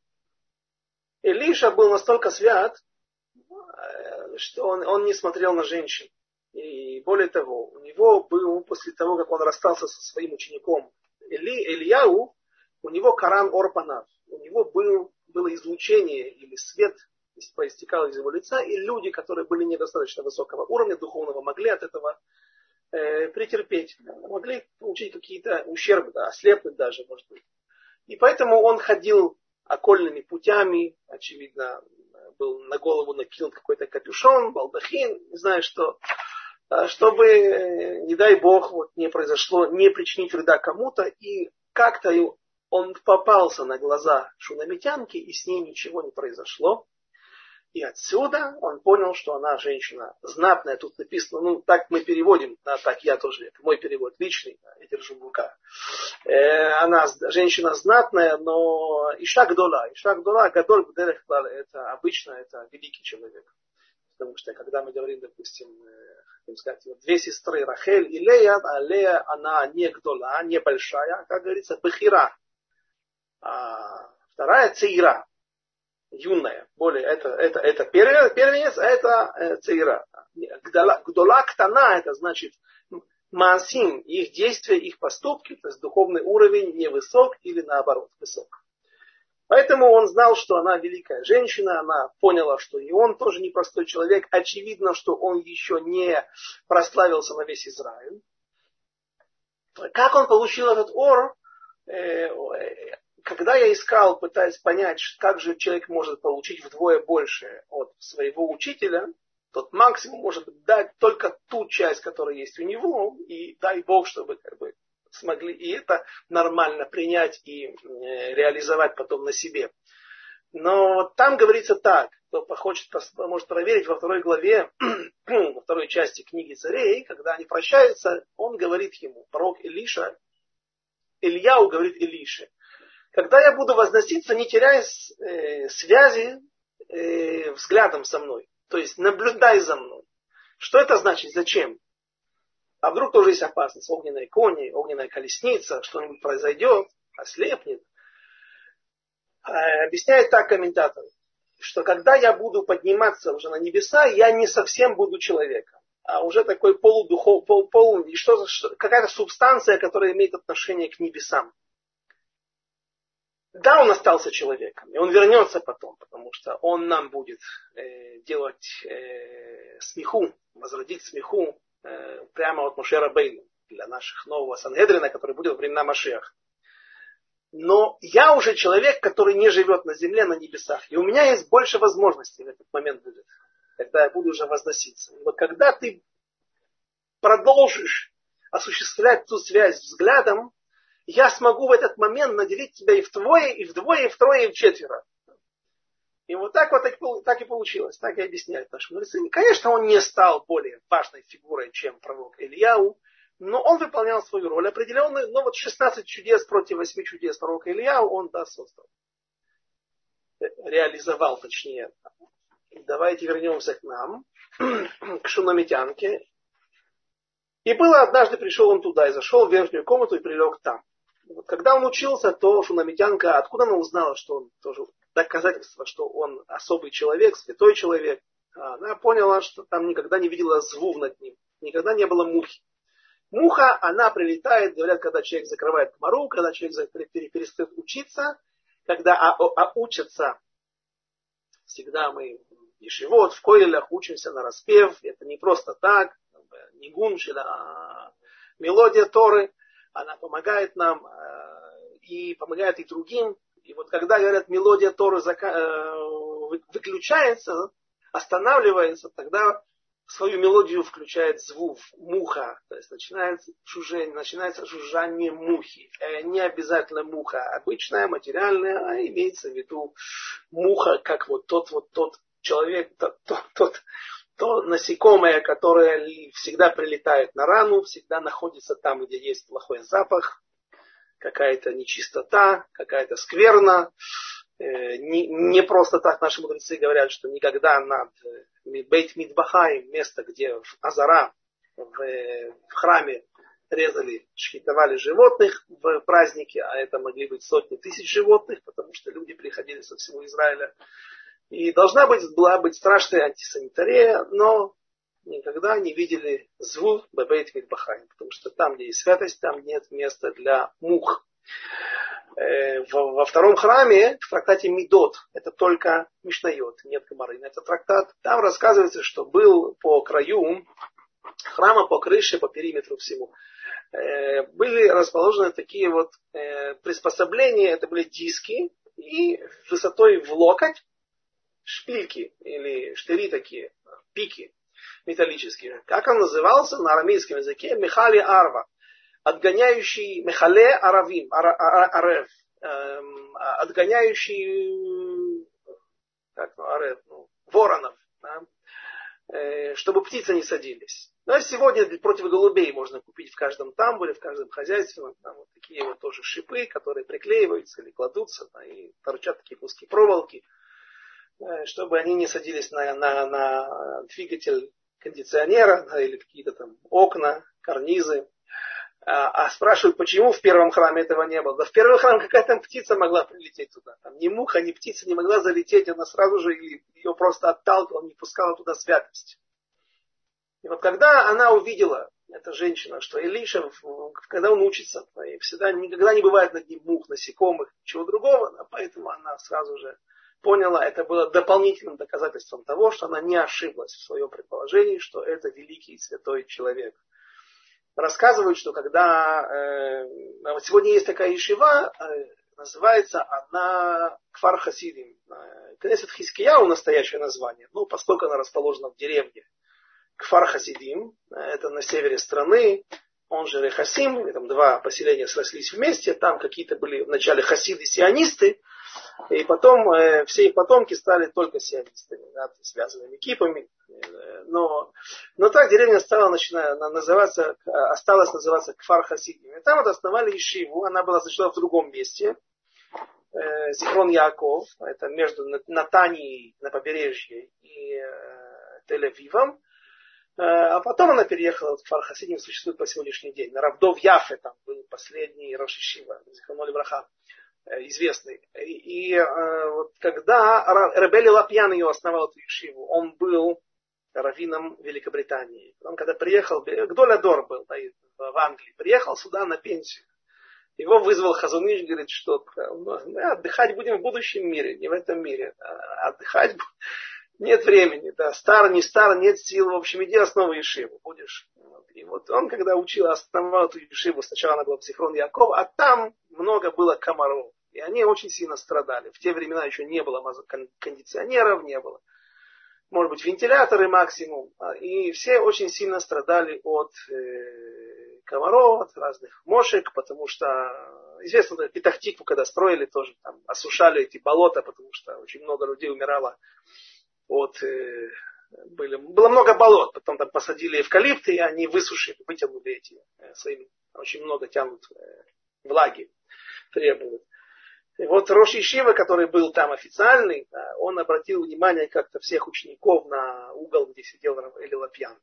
Илиша был настолько свят, что он, он не смотрел на женщин. И более того, у него был, после того, как он расстался со своим учеником Или, Ильяу, у него Каран Орпанав, у него был, было излучение или свет проистекал из его лица, и люди, которые были недостаточно высокого уровня духовного, могли от этого э, претерпеть, могли получить какие-то ущербы, да, ослепнуть даже, может быть. И поэтому он ходил окольными путями, очевидно, был на голову накинут какой-то капюшон, балдахин, не знаю что, чтобы, не дай бог, вот, не произошло, не причинить вреда кому-то, и как-то он попался на глаза шунамитянки, и с ней ничего не произошло. И отсюда он понял, что она женщина знатная. Тут написано, ну так мы переводим, да, так я тоже, это мой перевод личный, да, я держу в руках. Э, она женщина знатная, но Иша Гдола. Иша Гдола, Гадоль Гдерех, это обычно это великий человек. Потому что когда мы говорим, допустим, хотим сказать, вот две сестры Рахель и Лея, а Лея, она не Гдола, не большая, как говорится, Бехира. А вторая Цейра, юная, более, это, это, это первенец, а это э, Цейра. Гдола Ктана, это значит Маасим, их действия, их поступки, то есть духовный уровень невысок или наоборот высок. Поэтому он знал, что она великая женщина, она поняла, что и он тоже непростой человек. Очевидно, что он еще не прославился на весь Израиль. Как он получил этот ор? Когда я искал, пытаясь понять, как же человек может получить вдвое больше от своего учителя, тот максимум может дать только ту часть, которая есть у него, и дай Бог, чтобы как бы смогли и это нормально принять и реализовать потом на себе. Но там говорится так, кто хочет, может проверить во второй главе, во второй части книги Царей, когда они прощаются, он говорит ему, пророк Илиша, Ильяу говорит Илише, когда я буду возноситься, не теряя э, связи э, взглядом со мной, то есть наблюдай за мной. Что это значит? Зачем? А вдруг тоже есть опасность? Огненные кони, огненная колесница, что-нибудь произойдет, ослепнет. Объясняет так комментатор, что когда я буду подниматься уже на небеса, я не совсем буду человеком, а уже такой полудухов, пол, пол, и что, какая-то субстанция, которая имеет отношение к небесам. Да, он остался человеком, и он вернется потом, потому что он нам будет э, делать э, смеху, возродить смеху э, прямо от Моше Рабейну для наших нового Сангедрина, который будет во времена Машиаха. Но я уже человек, который не живет на земле, на небесах. И у меня есть больше возможностей в этот момент будет, когда я буду уже возноситься. И вот когда ты продолжишь осуществлять ту связь взглядом, я смогу в этот момент наделить тебя и вдвое, и вдвое, и втрое, и вчетверо. И вот так вот так и получилось. Так и объясняют наши мудрецы. Конечно, он не стал более важной фигурой, чем пророк Ильяу, но он выполнял свою роль определенную. Но вот шестнадцать чудес против восьми чудес пророка Ильяу он, да, создал. Реализовал, точнее. Давайте вернемся к нам, к шунамитянке. И было однажды, пришел он туда и зашел в верхнюю комнату и прилег там. Вот когда он учился, то шунамитянка, откуда она узнала, что он тоже доказательство, что он особый человек, святой человек. Она поняла, что там никогда не видела звук над ним, никогда не было мухи. Муха, она прилетает, говорят, когда человек закрывает гмару, когда человек перестает учиться, когда а, а учатся, всегда мы в ешивот, в койлях учимся на распев, это не просто так, нигун, а мелодия Торы, она помогает нам и помогает и другим. И вот когда, говорят, мелодия Торы выключается, останавливается, тогда свою мелодию включает звук, муха. То есть начинается жужжание, начинается жужжание мухи. Не обязательно муха обычная, материальная, а имеется в виду муха, как вот тот вот тот человек, тот, тот, тот то насекомое, которое всегда прилетает на рану, всегда находится там, где есть плохой запах, какая-то нечистота, какая-то скверна. Не, не просто так наши мудрецы говорят, что никогда над Бейт Мидбахай, место, где в Азара, в, в храме резали, шхитовали животных в празднике, а это могли быть сотни тысяч животных, потому что люди приходили со всего Израиля. И должна быть, была быть страшная антисанитария, но никогда не видели звук Бейт Мидбахай, потому что там, где есть святость, там нет места для мух. Во втором храме, в трактате Мидот, это только Мишнайот, нет Гемары, это трактат. Там рассказывается, что был по краю храма, по крыше, по периметру всему, были расположены такие вот приспособления, это были диски, и высотой в локоть, шпильки или штыри такие, пики металлические. Как он назывался на арамейском языке? Михали Арва. Отгоняющий Михале Аравим, Арев. Эм, отгоняющий как, ну, Арев, ну, воронов. Да? Э, чтобы птицы не садились. Но сегодня против голубей можно купить в каждом тамбуре, в каждом хозяйстве. Там вот такие вот тоже шипы, которые приклеиваются или кладутся, да, и торчат такие куски проволоки, чтобы они не садились на, на, на двигатель кондиционера, да, или какие-то там окна, карнизы. А, а спрашивают, почему в первом храме этого не было. Да в первый храм какая-то птица могла прилететь туда. Там ни муха, ни птица не могла залететь, она сразу же ее просто отталкивала, не пускала туда святость. И вот когда она увидела, эта женщина, что Илиша, когда он учится, всегда никогда не бывает над ним мух, насекомых, ничего другого, поэтому она сразу же поняла, это было дополнительным доказательством того, что она не ошиблась в своем предположении, что это великий и святой человек. Рассказывают, что когда э, вот сегодня есть такая ешива, э, называется она Кфар Хасидим. Кнесет Хискияу настоящее название, ну, поскольку она расположена в деревне Кфар Хасидим, это на севере страны, он же Рехасим, там два поселения срослись вместе, там какие-то были вначале хасиды-сионисты, и потом э, все их потомки стали только сионистами, да, связанными кипами. Но, но так деревня стала начиная, называться, осталась называться Кфар Хасидим. И там вот основали ешиву, она была сначала в другом месте, э, Зихрон Яаков, это между Натанией на побережье и э, Тель-Авивом. А потом она переехала в Кфар Хасидим, существует по сегодняшний день. На Равдов Яфе там был последний Рош ешива, Зихрон Браха, известный. И, и вот когда Реб Эли Лапьян ее основал, эту ешиву, он был раввином Великобритании. Он когда приехал, Гдоль Адор был, да, в Англии, приехал сюда на пенсию. Его вызвал Хазон Иш, говорит, что мы отдыхать будем в будущем мире, не в этом мире. Отдыхать нет времени, да, стар, не стар, нет сил, в общем, иди основывай ешиву, будешь. И вот он, когда учил, основал эту ешиву, сначала она была в Зихрон Яаков, а там много было комаров, и они очень сильно страдали. В те времена еще не было кондиционеров, не было, может быть, вентиляторы максимум, и все очень сильно страдали от э, комаров, от разных мошек, потому что, известно, да, Петах-Тикву, когда строили, тоже там осушали эти болота, потому что очень много людей умирало. Вот, э, были, было много болот, потом там посадили эвкалипты, и они высушили, вытянули эти э, своими, очень много тянут э, влаги, требуют. И вот Рош ешива, который был там официальный, да, он обратил внимание как-то всех учеников на угол, где сидел Эли Лапьян.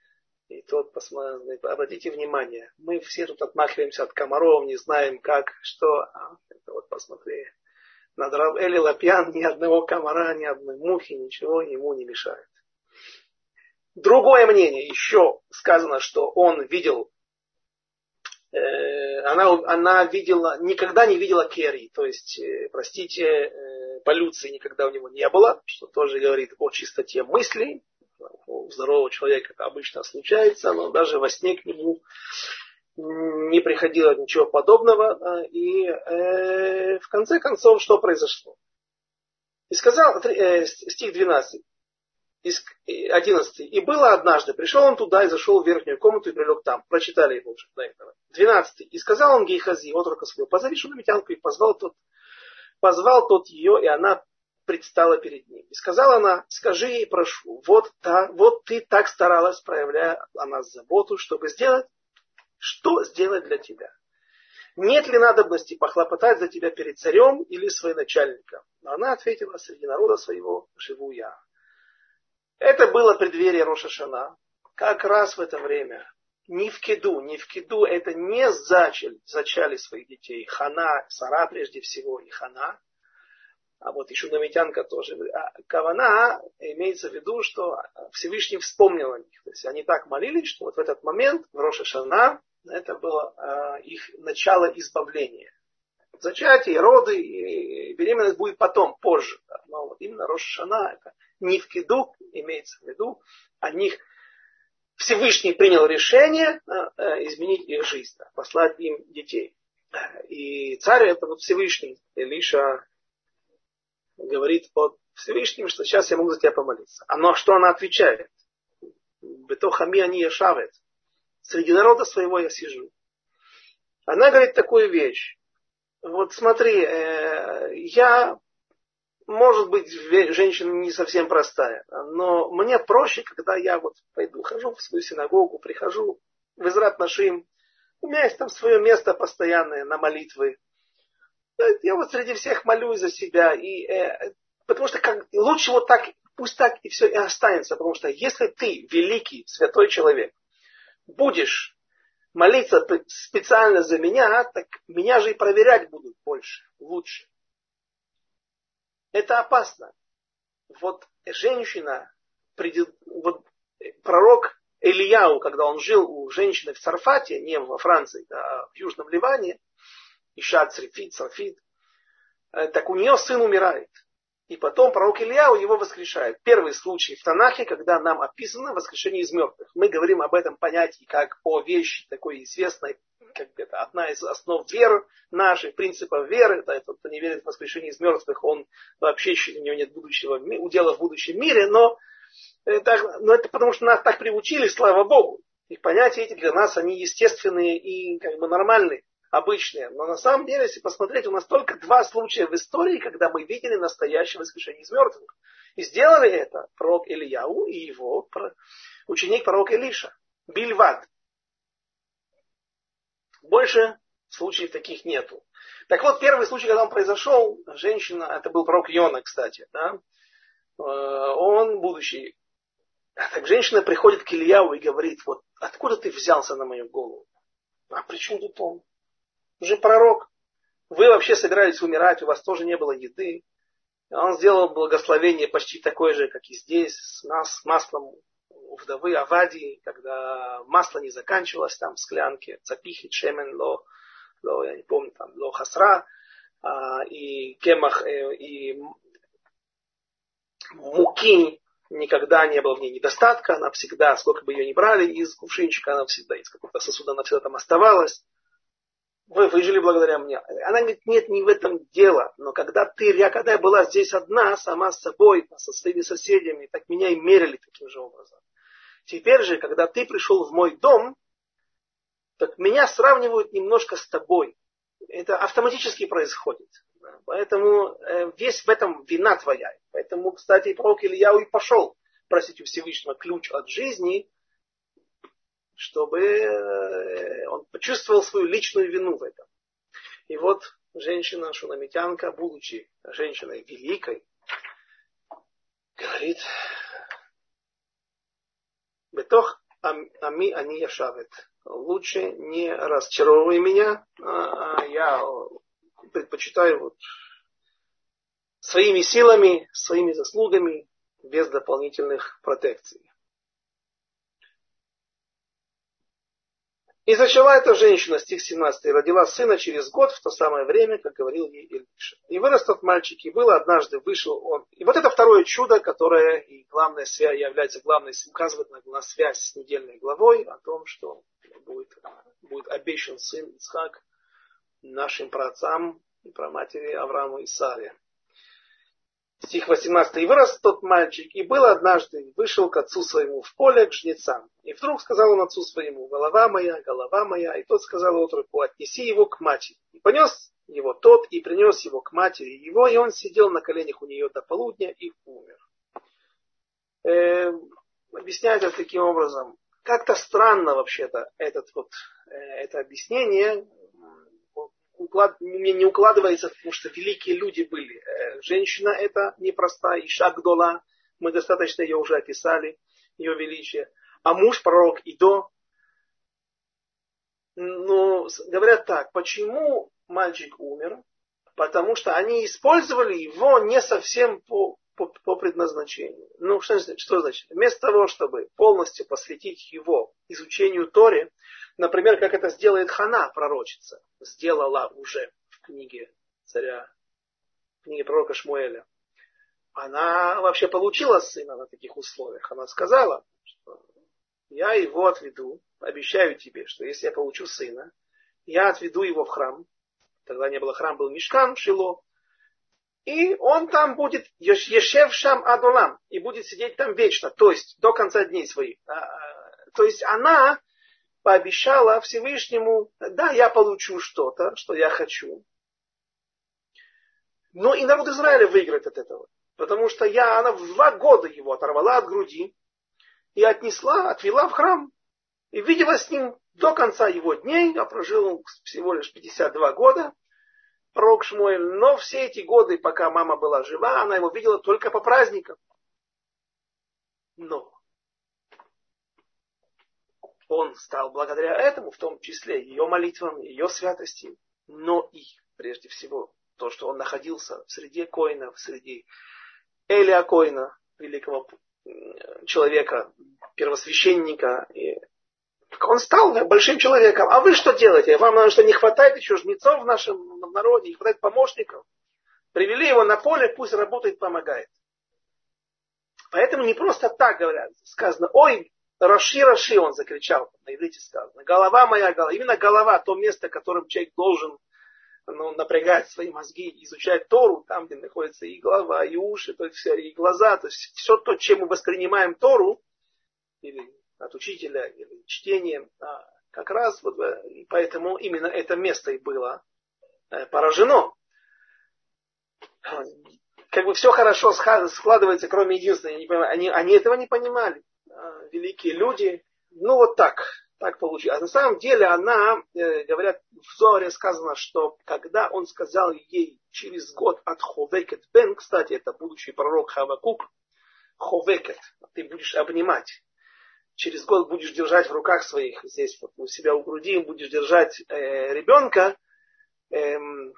И тот, посмотри, обратите внимание, мы все тут отмахиваемся от комаров, не знаем как, что, а, это вот посмотри. Над Рав Эли Лапьян ни одного комара, ни одной мухи, ничего ему не мешает. Другое мнение, еще сказано, что он видел, э, она, она видела, никогда не видела керри, то есть, э, простите, э, полюции никогда у него не было, что тоже говорит о чистоте мыслей. У здорового человека это обычно случается, но даже во сне к нему не приходило ничего подобного. И э, в конце концов, что произошло? И сказал, э, стих двенадцатый, одиннадцатый. И было однажды, пришел он туда и зашел в верхнюю комнату и прилег там. Прочитали его уже до этого. двенадцатый. И сказал он Гейхази, отрока своего, позови шунамитянку. И позвал тот, позвал тот ее, и она предстала перед ним. И сказала она, скажи ей, прошу, вот, та, вот ты так старалась, проявляя о нас заботу, чтобы сделать, что сделать для тебя? Нет ли надобности похлопотать за тебя перед царем или своим начальником? Но она ответила, среди народа своего живу я. Это было преддверие Рош ха-Шана. Как раз в это время. Не в киду, не в киду, это не зачали, зачали своих детей. Хана, Сара прежде всего, и Хана. А вот и шунамитянка тоже. А кавана имеется в виду, что Всевышний вспомнил о них. То есть они так молились, что вот в этот момент, в Рош ха-Шана, это было э, их начало избавления. Зачатие, роды, и беременность будет потом, позже. Да. Но вот именно Рош ха-Шана, это не в киду, имеется в виду, о них Всевышний принял решение э, изменить их жизнь, да, послать им детей. И царь, это вот Всевышний, Илиша говорит под Всевышним, что сейчас я могу за тебя помолиться. А ну, что она отвечает? Бетохами они ешавет. Среди народа своего я сижу. Она говорит такую вещь. Вот смотри, э, я, может быть, женщина не совсем простая, но мне проще, когда я вот пойду, хожу в свою синагогу, прихожу в Израт Нашим, у меня есть там свое место постоянное на молитвы. Я вот среди всех молюсь за себя, и, э, потому что как, лучше вот так, пусть так и все и останется, потому что если ты великий, святой человек, будешь молиться специально за меня, так меня же и проверять будут больше, лучше. Это опасно. Вот женщина, придет, вот пророк Элияу, когда он жил у женщины в Царфате, не во Франции, а в Южном Ливане, Иша Црифит, Царфит, так у нее сын умирает. И потом пророк Ильяу его воскрешает. Первый случай в Танахе, когда нам описано воскрешение из мертвых. Мы говорим об этом понятии как о вещи такой известной, как это одна из основ веры нашей, принципов веры. Да, тот, кто не верит в воскрешение из мертвых, он вообще у него нет будущего, удела в будущем мире. Но это, но это потому, что нас так приучили, слава Богу. Их понятия эти для нас, они естественные и как бы нормальные. Обычные. Но на самом деле, если посмотреть, у нас только два случая в истории, когда мы видели настоящее воскрешение из мертвых. И сделали это пророк Ильяу и его ученик пророк Илиша. Бильвад. Больше случаев таких нету. Так вот, первый случай, когда он произошел, женщина, это был пророк Йона, кстати, да, он, будущий, так женщина приходит к Ильяу и говорит, вот откуда ты взялся на мою голову? А при чем тут он? Уже пророк. Вы вообще собирались умирать, у вас тоже не было еды. Он сделал благословение почти такое же, как и здесь, с, нас, с маслом у вдовы Авадии, когда масло не заканчивалось там в склянке, цапихи, шемен, ло, ло, я не помню, там, ло хасра, а, и кемах, и, и муки, никогда не было в ней недостатка, она всегда, сколько бы ее ни брали из кувшинчика, она всегда, из какого-то сосуда, она всегда там оставалась. Вы выжили благодаря мне. Она говорит, нет, не в этом дело. Но когда ты, я когда я была здесь одна, сама с собой, со своими соседями, так меня и мерили таким же образом. Теперь же, когда ты пришел в мой дом, так меня сравнивают немножко с тобой. Это автоматически происходит. Поэтому весь в этом вина твоя. Поэтому, кстати, пророк Ильяу и пошел просить у Всевышнего ключ от жизни, чтобы он почувствовал свою личную вину в этом. И вот женщина, шунамитянка, будучи женщиной великой, говорит, «Бетох ами ани яшавет». Лучше не расчаровывай меня, а я предпочитаю вот своими силами, своими заслугами, без дополнительных протекций. И зачала эта женщина, стих семнадцатый, родила сына через год, в то самое время, как говорил ей Илиша. И вырос тот мальчик, и было однажды, вышел он. И вот это второе чудо, которое и главная связь, является главной, указывает на, на связь с недельной главой, о том, что будет, будет обещан сын Ицхак нашим праотцам и праматери Аврааму и Саре. Стих восемнадцатый. И вырос тот мальчик, и был однажды, вышел к отцу своему в поле, к жнецам. И вдруг сказал он отцу своему, голова моя, голова моя. И тот сказал отроку, отнеси его к матери. И понес его тот, и принес его к матери его, и он сидел на коленях у нее до полудня и умер. Э, объясняет это таким образом. Как-то странно вообще-то этот вот, э, это объяснение. Уклад... Мне не укладывается, потому что великие люди были. Женщина это непростая, Иша Гдола, мы достаточно ее уже описали, ее величие. А муж пророк Идо. Но говорят так, почему мальчик умер? Потому что они использовали его не совсем по, по, по предназначению. Ну, что, что значит? Вместо того, чтобы полностью посвятить его изучению Торе, например, как это сделает Хана, пророчица, сделала уже в книге царя, в книге пророка Шмуэля. Она вообще получила сына на таких условиях. Она сказала, что я его отведу, обещаю тебе, что если я получу сына, я отведу его в храм. Тогда не было храм, был Мишкан, Шило. И он там будет Ешев Шам Адолам, и будет сидеть там вечно, то есть до конца дней своих. То есть она пообещала Всевышнему, да, я получу что-то, что я хочу. Но и народ Израиля выиграет от этого. Потому что я, она в два года его оторвала от груди и отнесла, отвела в храм. И видела с ним до конца его дней, а прожил он всего лишь пятьдесят два года, пророк Шмуэль. Но все эти годы, пока мама была жива, она его видела только по праздникам. Но он стал благодаря этому, в том числе ее молитвам, ее святости, но и, прежде всего, то, что он находился в среде коинов, в среде Элия Коина, великого человека, первосвященника. И он стал большим человеком. А вы что делаете? Вам, наверное, что не хватает еще жнецов в нашем народе, не хватает помощников. Привели его на поле, пусть работает, помогает. Поэтому не просто так говорят. Сказано, ой, Раши, Раши, он закричал, на иврите сказано. Голова моя, голова. Именно голова, то место, которым человек должен ну, напрягать свои мозги, изучать Тору, там, где находится и голова, и уши, то есть все, и глаза. То есть все то, чем мы воспринимаем Тору, или от учителя, или чтением, как раз вот, и поэтому именно это место и было поражено. Как бы все хорошо складывается, кроме единственного, я не понимаю, они, они этого не понимали. Великие люди, ну вот так, так получилось. А на самом деле она, говорят, в Зоаре сказано, что когда он сказал ей через год от Ховекет Бен, кстати, это будущий пророк Хавакук, Ховекет, ты будешь обнимать. Через год будешь держать в руках своих, здесь вот у себя у груди, будешь держать э, ребенка. Эм,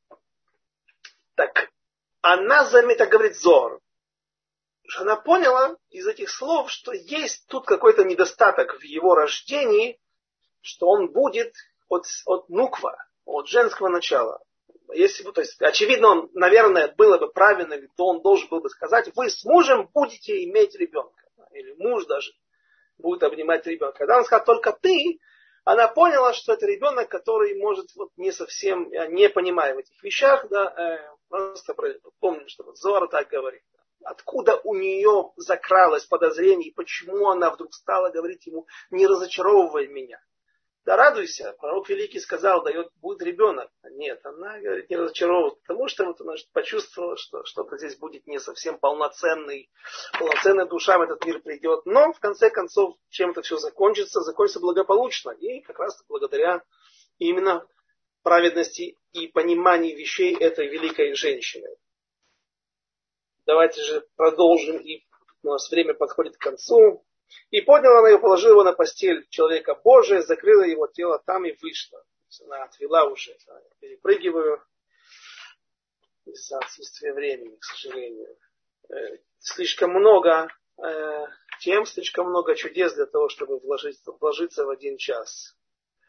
так, она заметила, так говорит Зор, что она поняла из этих слов, что есть тут какой-то недостаток в его рождении, что он будет от, от нуква, от женского начала. Если, то есть, очевидно, он, наверное, было бы правильно, то он должен был бы сказать, вы с мужем будете иметь ребенка. Или муж даже будет обнимать ребенка. Когда он сказал только ты, она поняла, что это ребенок, который может вот не совсем, не понимая в этих вещах, да, э, просто помню, что вот Зоар так говорит. Откуда у нее закралось подозрение, и почему она вдруг стала говорить ему, не разочаровывай меня. Да радуйся, пророк великий сказал, дает, будет ребенок. Нет, она говорит, не разочаровывает, потому что вот она почувствовала, что что-то здесь будет не совсем полноценный, полноценная душа в этот мир придет. Но в конце концов, чем это все закончится, закончится благополучно. И как раз благодаря именно праведности и пониманию вещей этой великой женщины. Давайте же продолжим, и у нас время подходит к концу. И подняла она ее, положила его на постель человека Божия, закрыла его тело там и вышла. Она отвела уже, я перепрыгиваю из-за отсутствия времени, к сожалению. Слишком много тем, слишком много чудес для того, чтобы вложиться, вложиться в один час.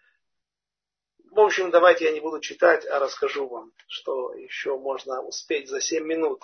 В общем, давайте я не буду читать, а расскажу вам, что еще можно успеть за семь минут.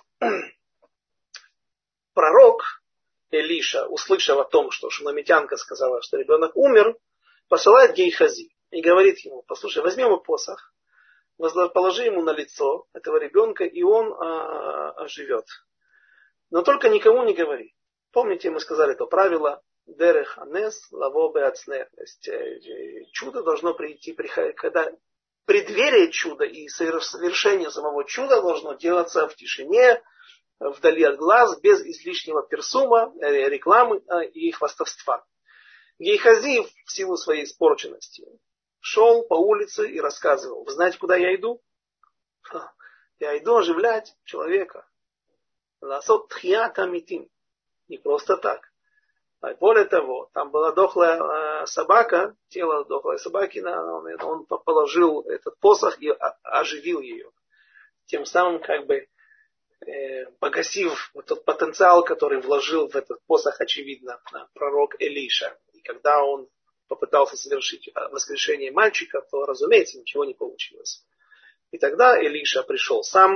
Пророк Элиша, услышав о том, что шунамитянка сказала, что ребенок умер, посылает Гейхази и говорит ему, послушай, возьми ему посох, положи ему на лицо этого ребенка, и он а, оживет. Но только никому не говори. Помните, мы сказали то правило, дерех анес лаво беацне. То есть чудо должно прийти, когда преддверие чуда и совершение самого чуда должно делаться в тишине, вдали от глаз, без излишнего персума, рекламы и хвастовства. Гейхази в силу своей испорченности шел по улице и рассказывал, вы знаете, куда я иду? Я иду оживлять человека. Ласот тхията митим. Не просто так. Более того, там была дохлая собака, тело дохлой собаки, он положил этот посох и оживил ее. Тем самым как бы погасив вот тот потенциал, который вложил в этот посох, очевидно, пророк Элиша. И когда он попытался совершить воскрешение мальчика, то, разумеется, ничего не получилось. И тогда Элиша пришел сам,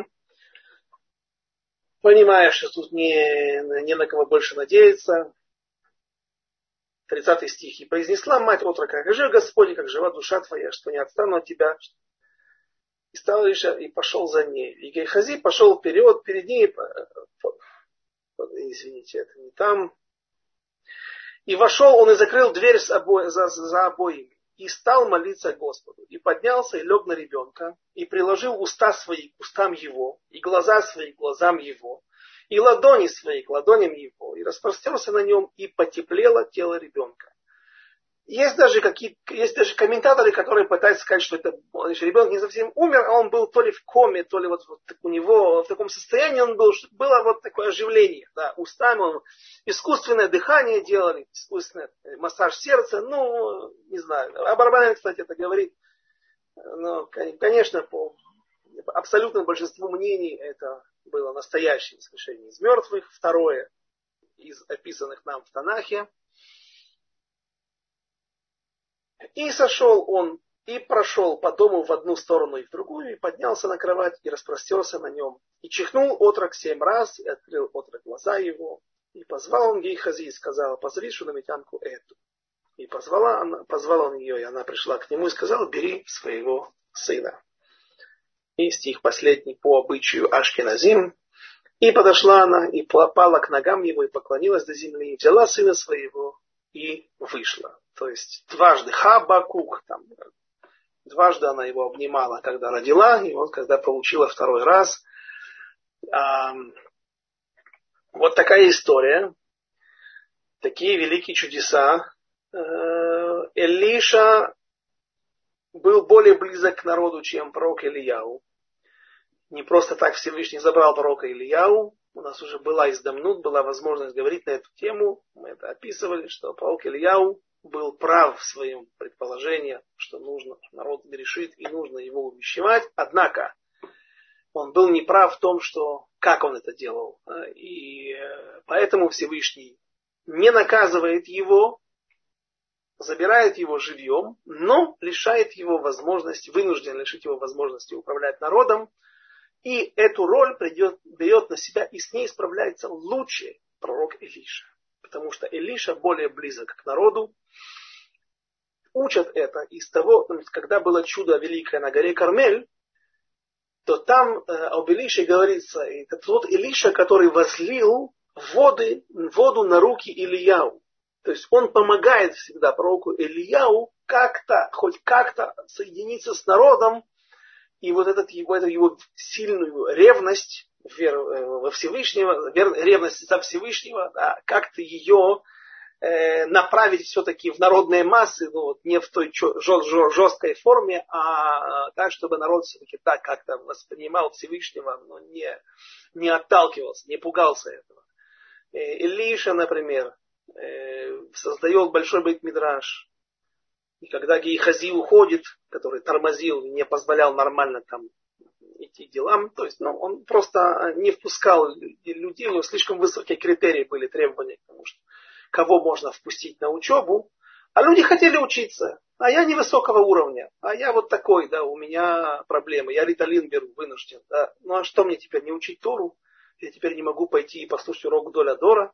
понимая, что тут не, не на кого больше надеяться. тридцатый стих. И произнесла мать отрока, как жив Господь, как жива душа твоя, что не отстану от тебя. И стал Элиша и пошел за ней. И Гейхази пошел вперед, перед ней, извините, это не там. И вошел он и закрыл дверь за, за, за обоими. И стал молиться Господу. И поднялся и лег на ребенка. И приложил уста свои к устам его. И глаза свои к глазам его. И ладони свои к ладоням его. И распростерся на нем. И потеплело тело ребенка. Есть даже, какие, есть даже комментаторы, которые пытаются сказать, что это, значит, ребенок не совсем умер, а он был то ли в коме, то ли вот, вот у него в таком состоянии он был, что было вот такое оживление. Да, устами он искусственное дыхание делали, искусственный массаж сердца, ну, не знаю. Абарбанель, кстати, это говорит. Но, конечно, по абсолютному большинству мнений это было настоящее воскрешение из мертвых. Второе из описанных нам в Танахе. И сошел он, и прошел по дому в одну сторону и в другую, и поднялся на кровать, и распростерся на нем. И чихнул отрок семь раз, и открыл отрок глаза его. И позвал он Гейхази и сказал: позови шунамитянку эту. И позвала она, позвал он ее, и она пришла к нему и сказала: бери своего сына. И стих последний по обычаю Ашкеназим. И подошла она, и пала к ногам его, и поклонилась до земли, и взяла сына своего, и вышла. То есть дважды Хабакук, там, дважды она его обнимала, когда родила, и вот когда получила второй раз. А, вот такая история. Такие великие чудеса. Элиша был более близок к народу, чем пророк Илияу. Не просто так Всевышний забрал пророка Илияу. У нас уже была издамнут, была возможность говорить на эту тему. Мы это описывали, что пророк Илияу был прав в своем предположении, что нужно, народ грешит и нужно его увещевать. Однако он был неправ в том, что как он это делал. И поэтому Всевышний не наказывает его, забирает его живьем, но лишает его возможности, вынужден лишить его возможности управлять народом. И эту роль придет, берет на себя и с ней справляется лучше пророк Илиша. Потому что Илиша более близок к народу. Учат это из того, когда было чудо великое на горе Кармель, то там э, об Илише говорится, это тот Илиша, который возлил воды, воду на руки Илияу. То есть он помогает всегда пророку Илияу как-то, хоть как-то соединиться с народом. И вот этот его, эту его сильную ревность во Всевышнего, ревность за Всевышнего, да, как-то ее э, направить все-таки в народные массы, ну, вот, не в той жесткой форме, а так, чтобы народ все-таки так как-то воспринимал Всевышнего, но не, не отталкивался, не пугался этого. Э, Илиша, например, э, создает большой бейт-мидраш. И когда Гейхази уходит, который тормозил, не позволял нормально там идти делам, то есть ну, он просто не впускал людей, у него слишком высокие критерии были, требования, потому что кого можно впустить на учебу, а люди хотели учиться, а я невысокого уровня, а я вот такой, да, у меня проблемы, я риталин беру, вынужден, да, ну а что мне теперь, не учить Тору? Я теперь не могу пойти и послушать урок Доля Дора.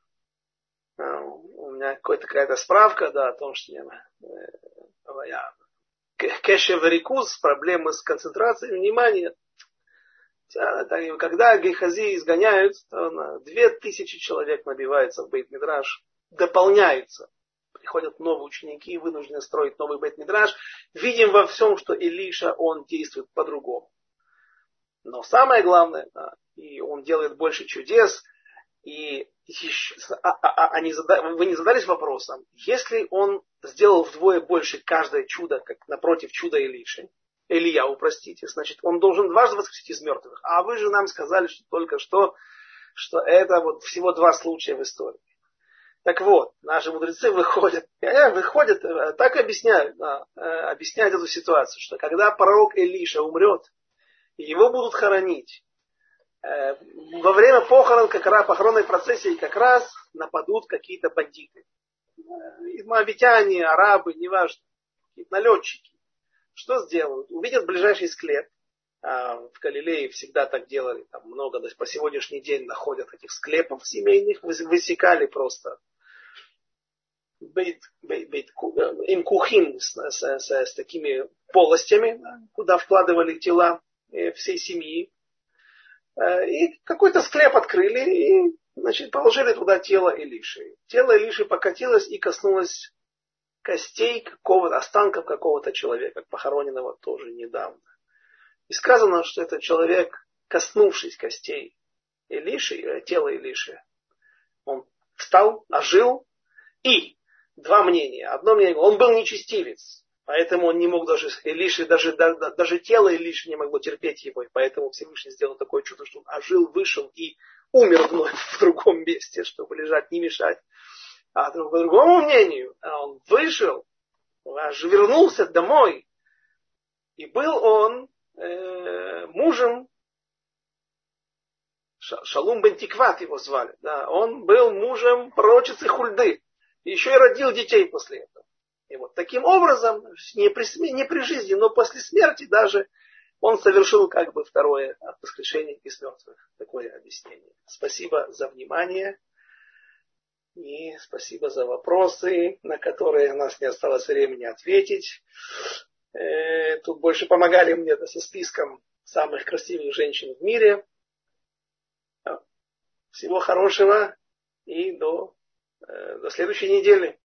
У меня какая-то справка, да, о том, что я кешев рикуз, проблемы с концентрацией внимания. Когда Гейхази изгоняют, то две тысячи человек набивается в бейт-мидраш, дополняются. Приходят новые ученики, вынуждены строить новый бейт-мидраш. Видим во всем, что Илиша, он действует по-другому. Но самое главное, да, и он делает больше чудес. И еще, а, а, а не зада, вы не задались вопросом, если он сделал вдвое больше каждое чудо, как напротив чуда Илиши, Илияу, простите, значит, он должен дважды воскресить из мертвых. А вы же нам сказали, что только что, что это вот всего два случая в истории. Так вот, наши мудрецы выходят, выходят, так объясняют, да, объясняют эту ситуацию, что когда пророк Илиша умрет, и его будут хоронить, во время похорон, как раз, похоронной процессии как раз нападут какие-то бандиты. Моавитяне, арабы, неважно, какие-то налетчики. Что сделают? Увидят ближайший склеп. В Галилее всегда так делали, там много, то есть по сегодняшний день находят этих склепов семейных, высекали просто бейт, бейт, бейт, инкухим с, с, с, с такими полостями, куда вкладывали тела всей семьи. И какой-то склеп открыли и, значит, положили туда тело Илиши. Тело Илиши покатилось и коснулось костей какого-то, останков какого-то человека, похороненного тоже недавно. И сказано, что этот человек, коснувшись костей Илиши, тела Илиши, он встал, ожил. И два мнения. Одно мнение, он был нечестивец. Поэтому он не мог даже, Илиши, даже, даже, даже тело Илиши не могло терпеть его. И поэтому Всевышний сделал такое чудо, что он ожил, вышел и умер вновь в другом месте, чтобы лежать, не мешать. А по другому мнению, он вышел, аж вернулся домой. И был он э, мужем, Шалум бен Тикват его звали. Да, он был мужем пророчицы Хульды. И еще и родил детей после этого. И вот таким образом, не при, не при жизни, но после смерти даже, он совершил как бы второе воскрешение из мертвых. Такое объяснение. Спасибо за внимание. И спасибо за вопросы, на которые у нас не осталось времени ответить. Э, тут больше помогали мне со списком самых красивых женщин в мире. Всего хорошего и до, э, до следующей недели.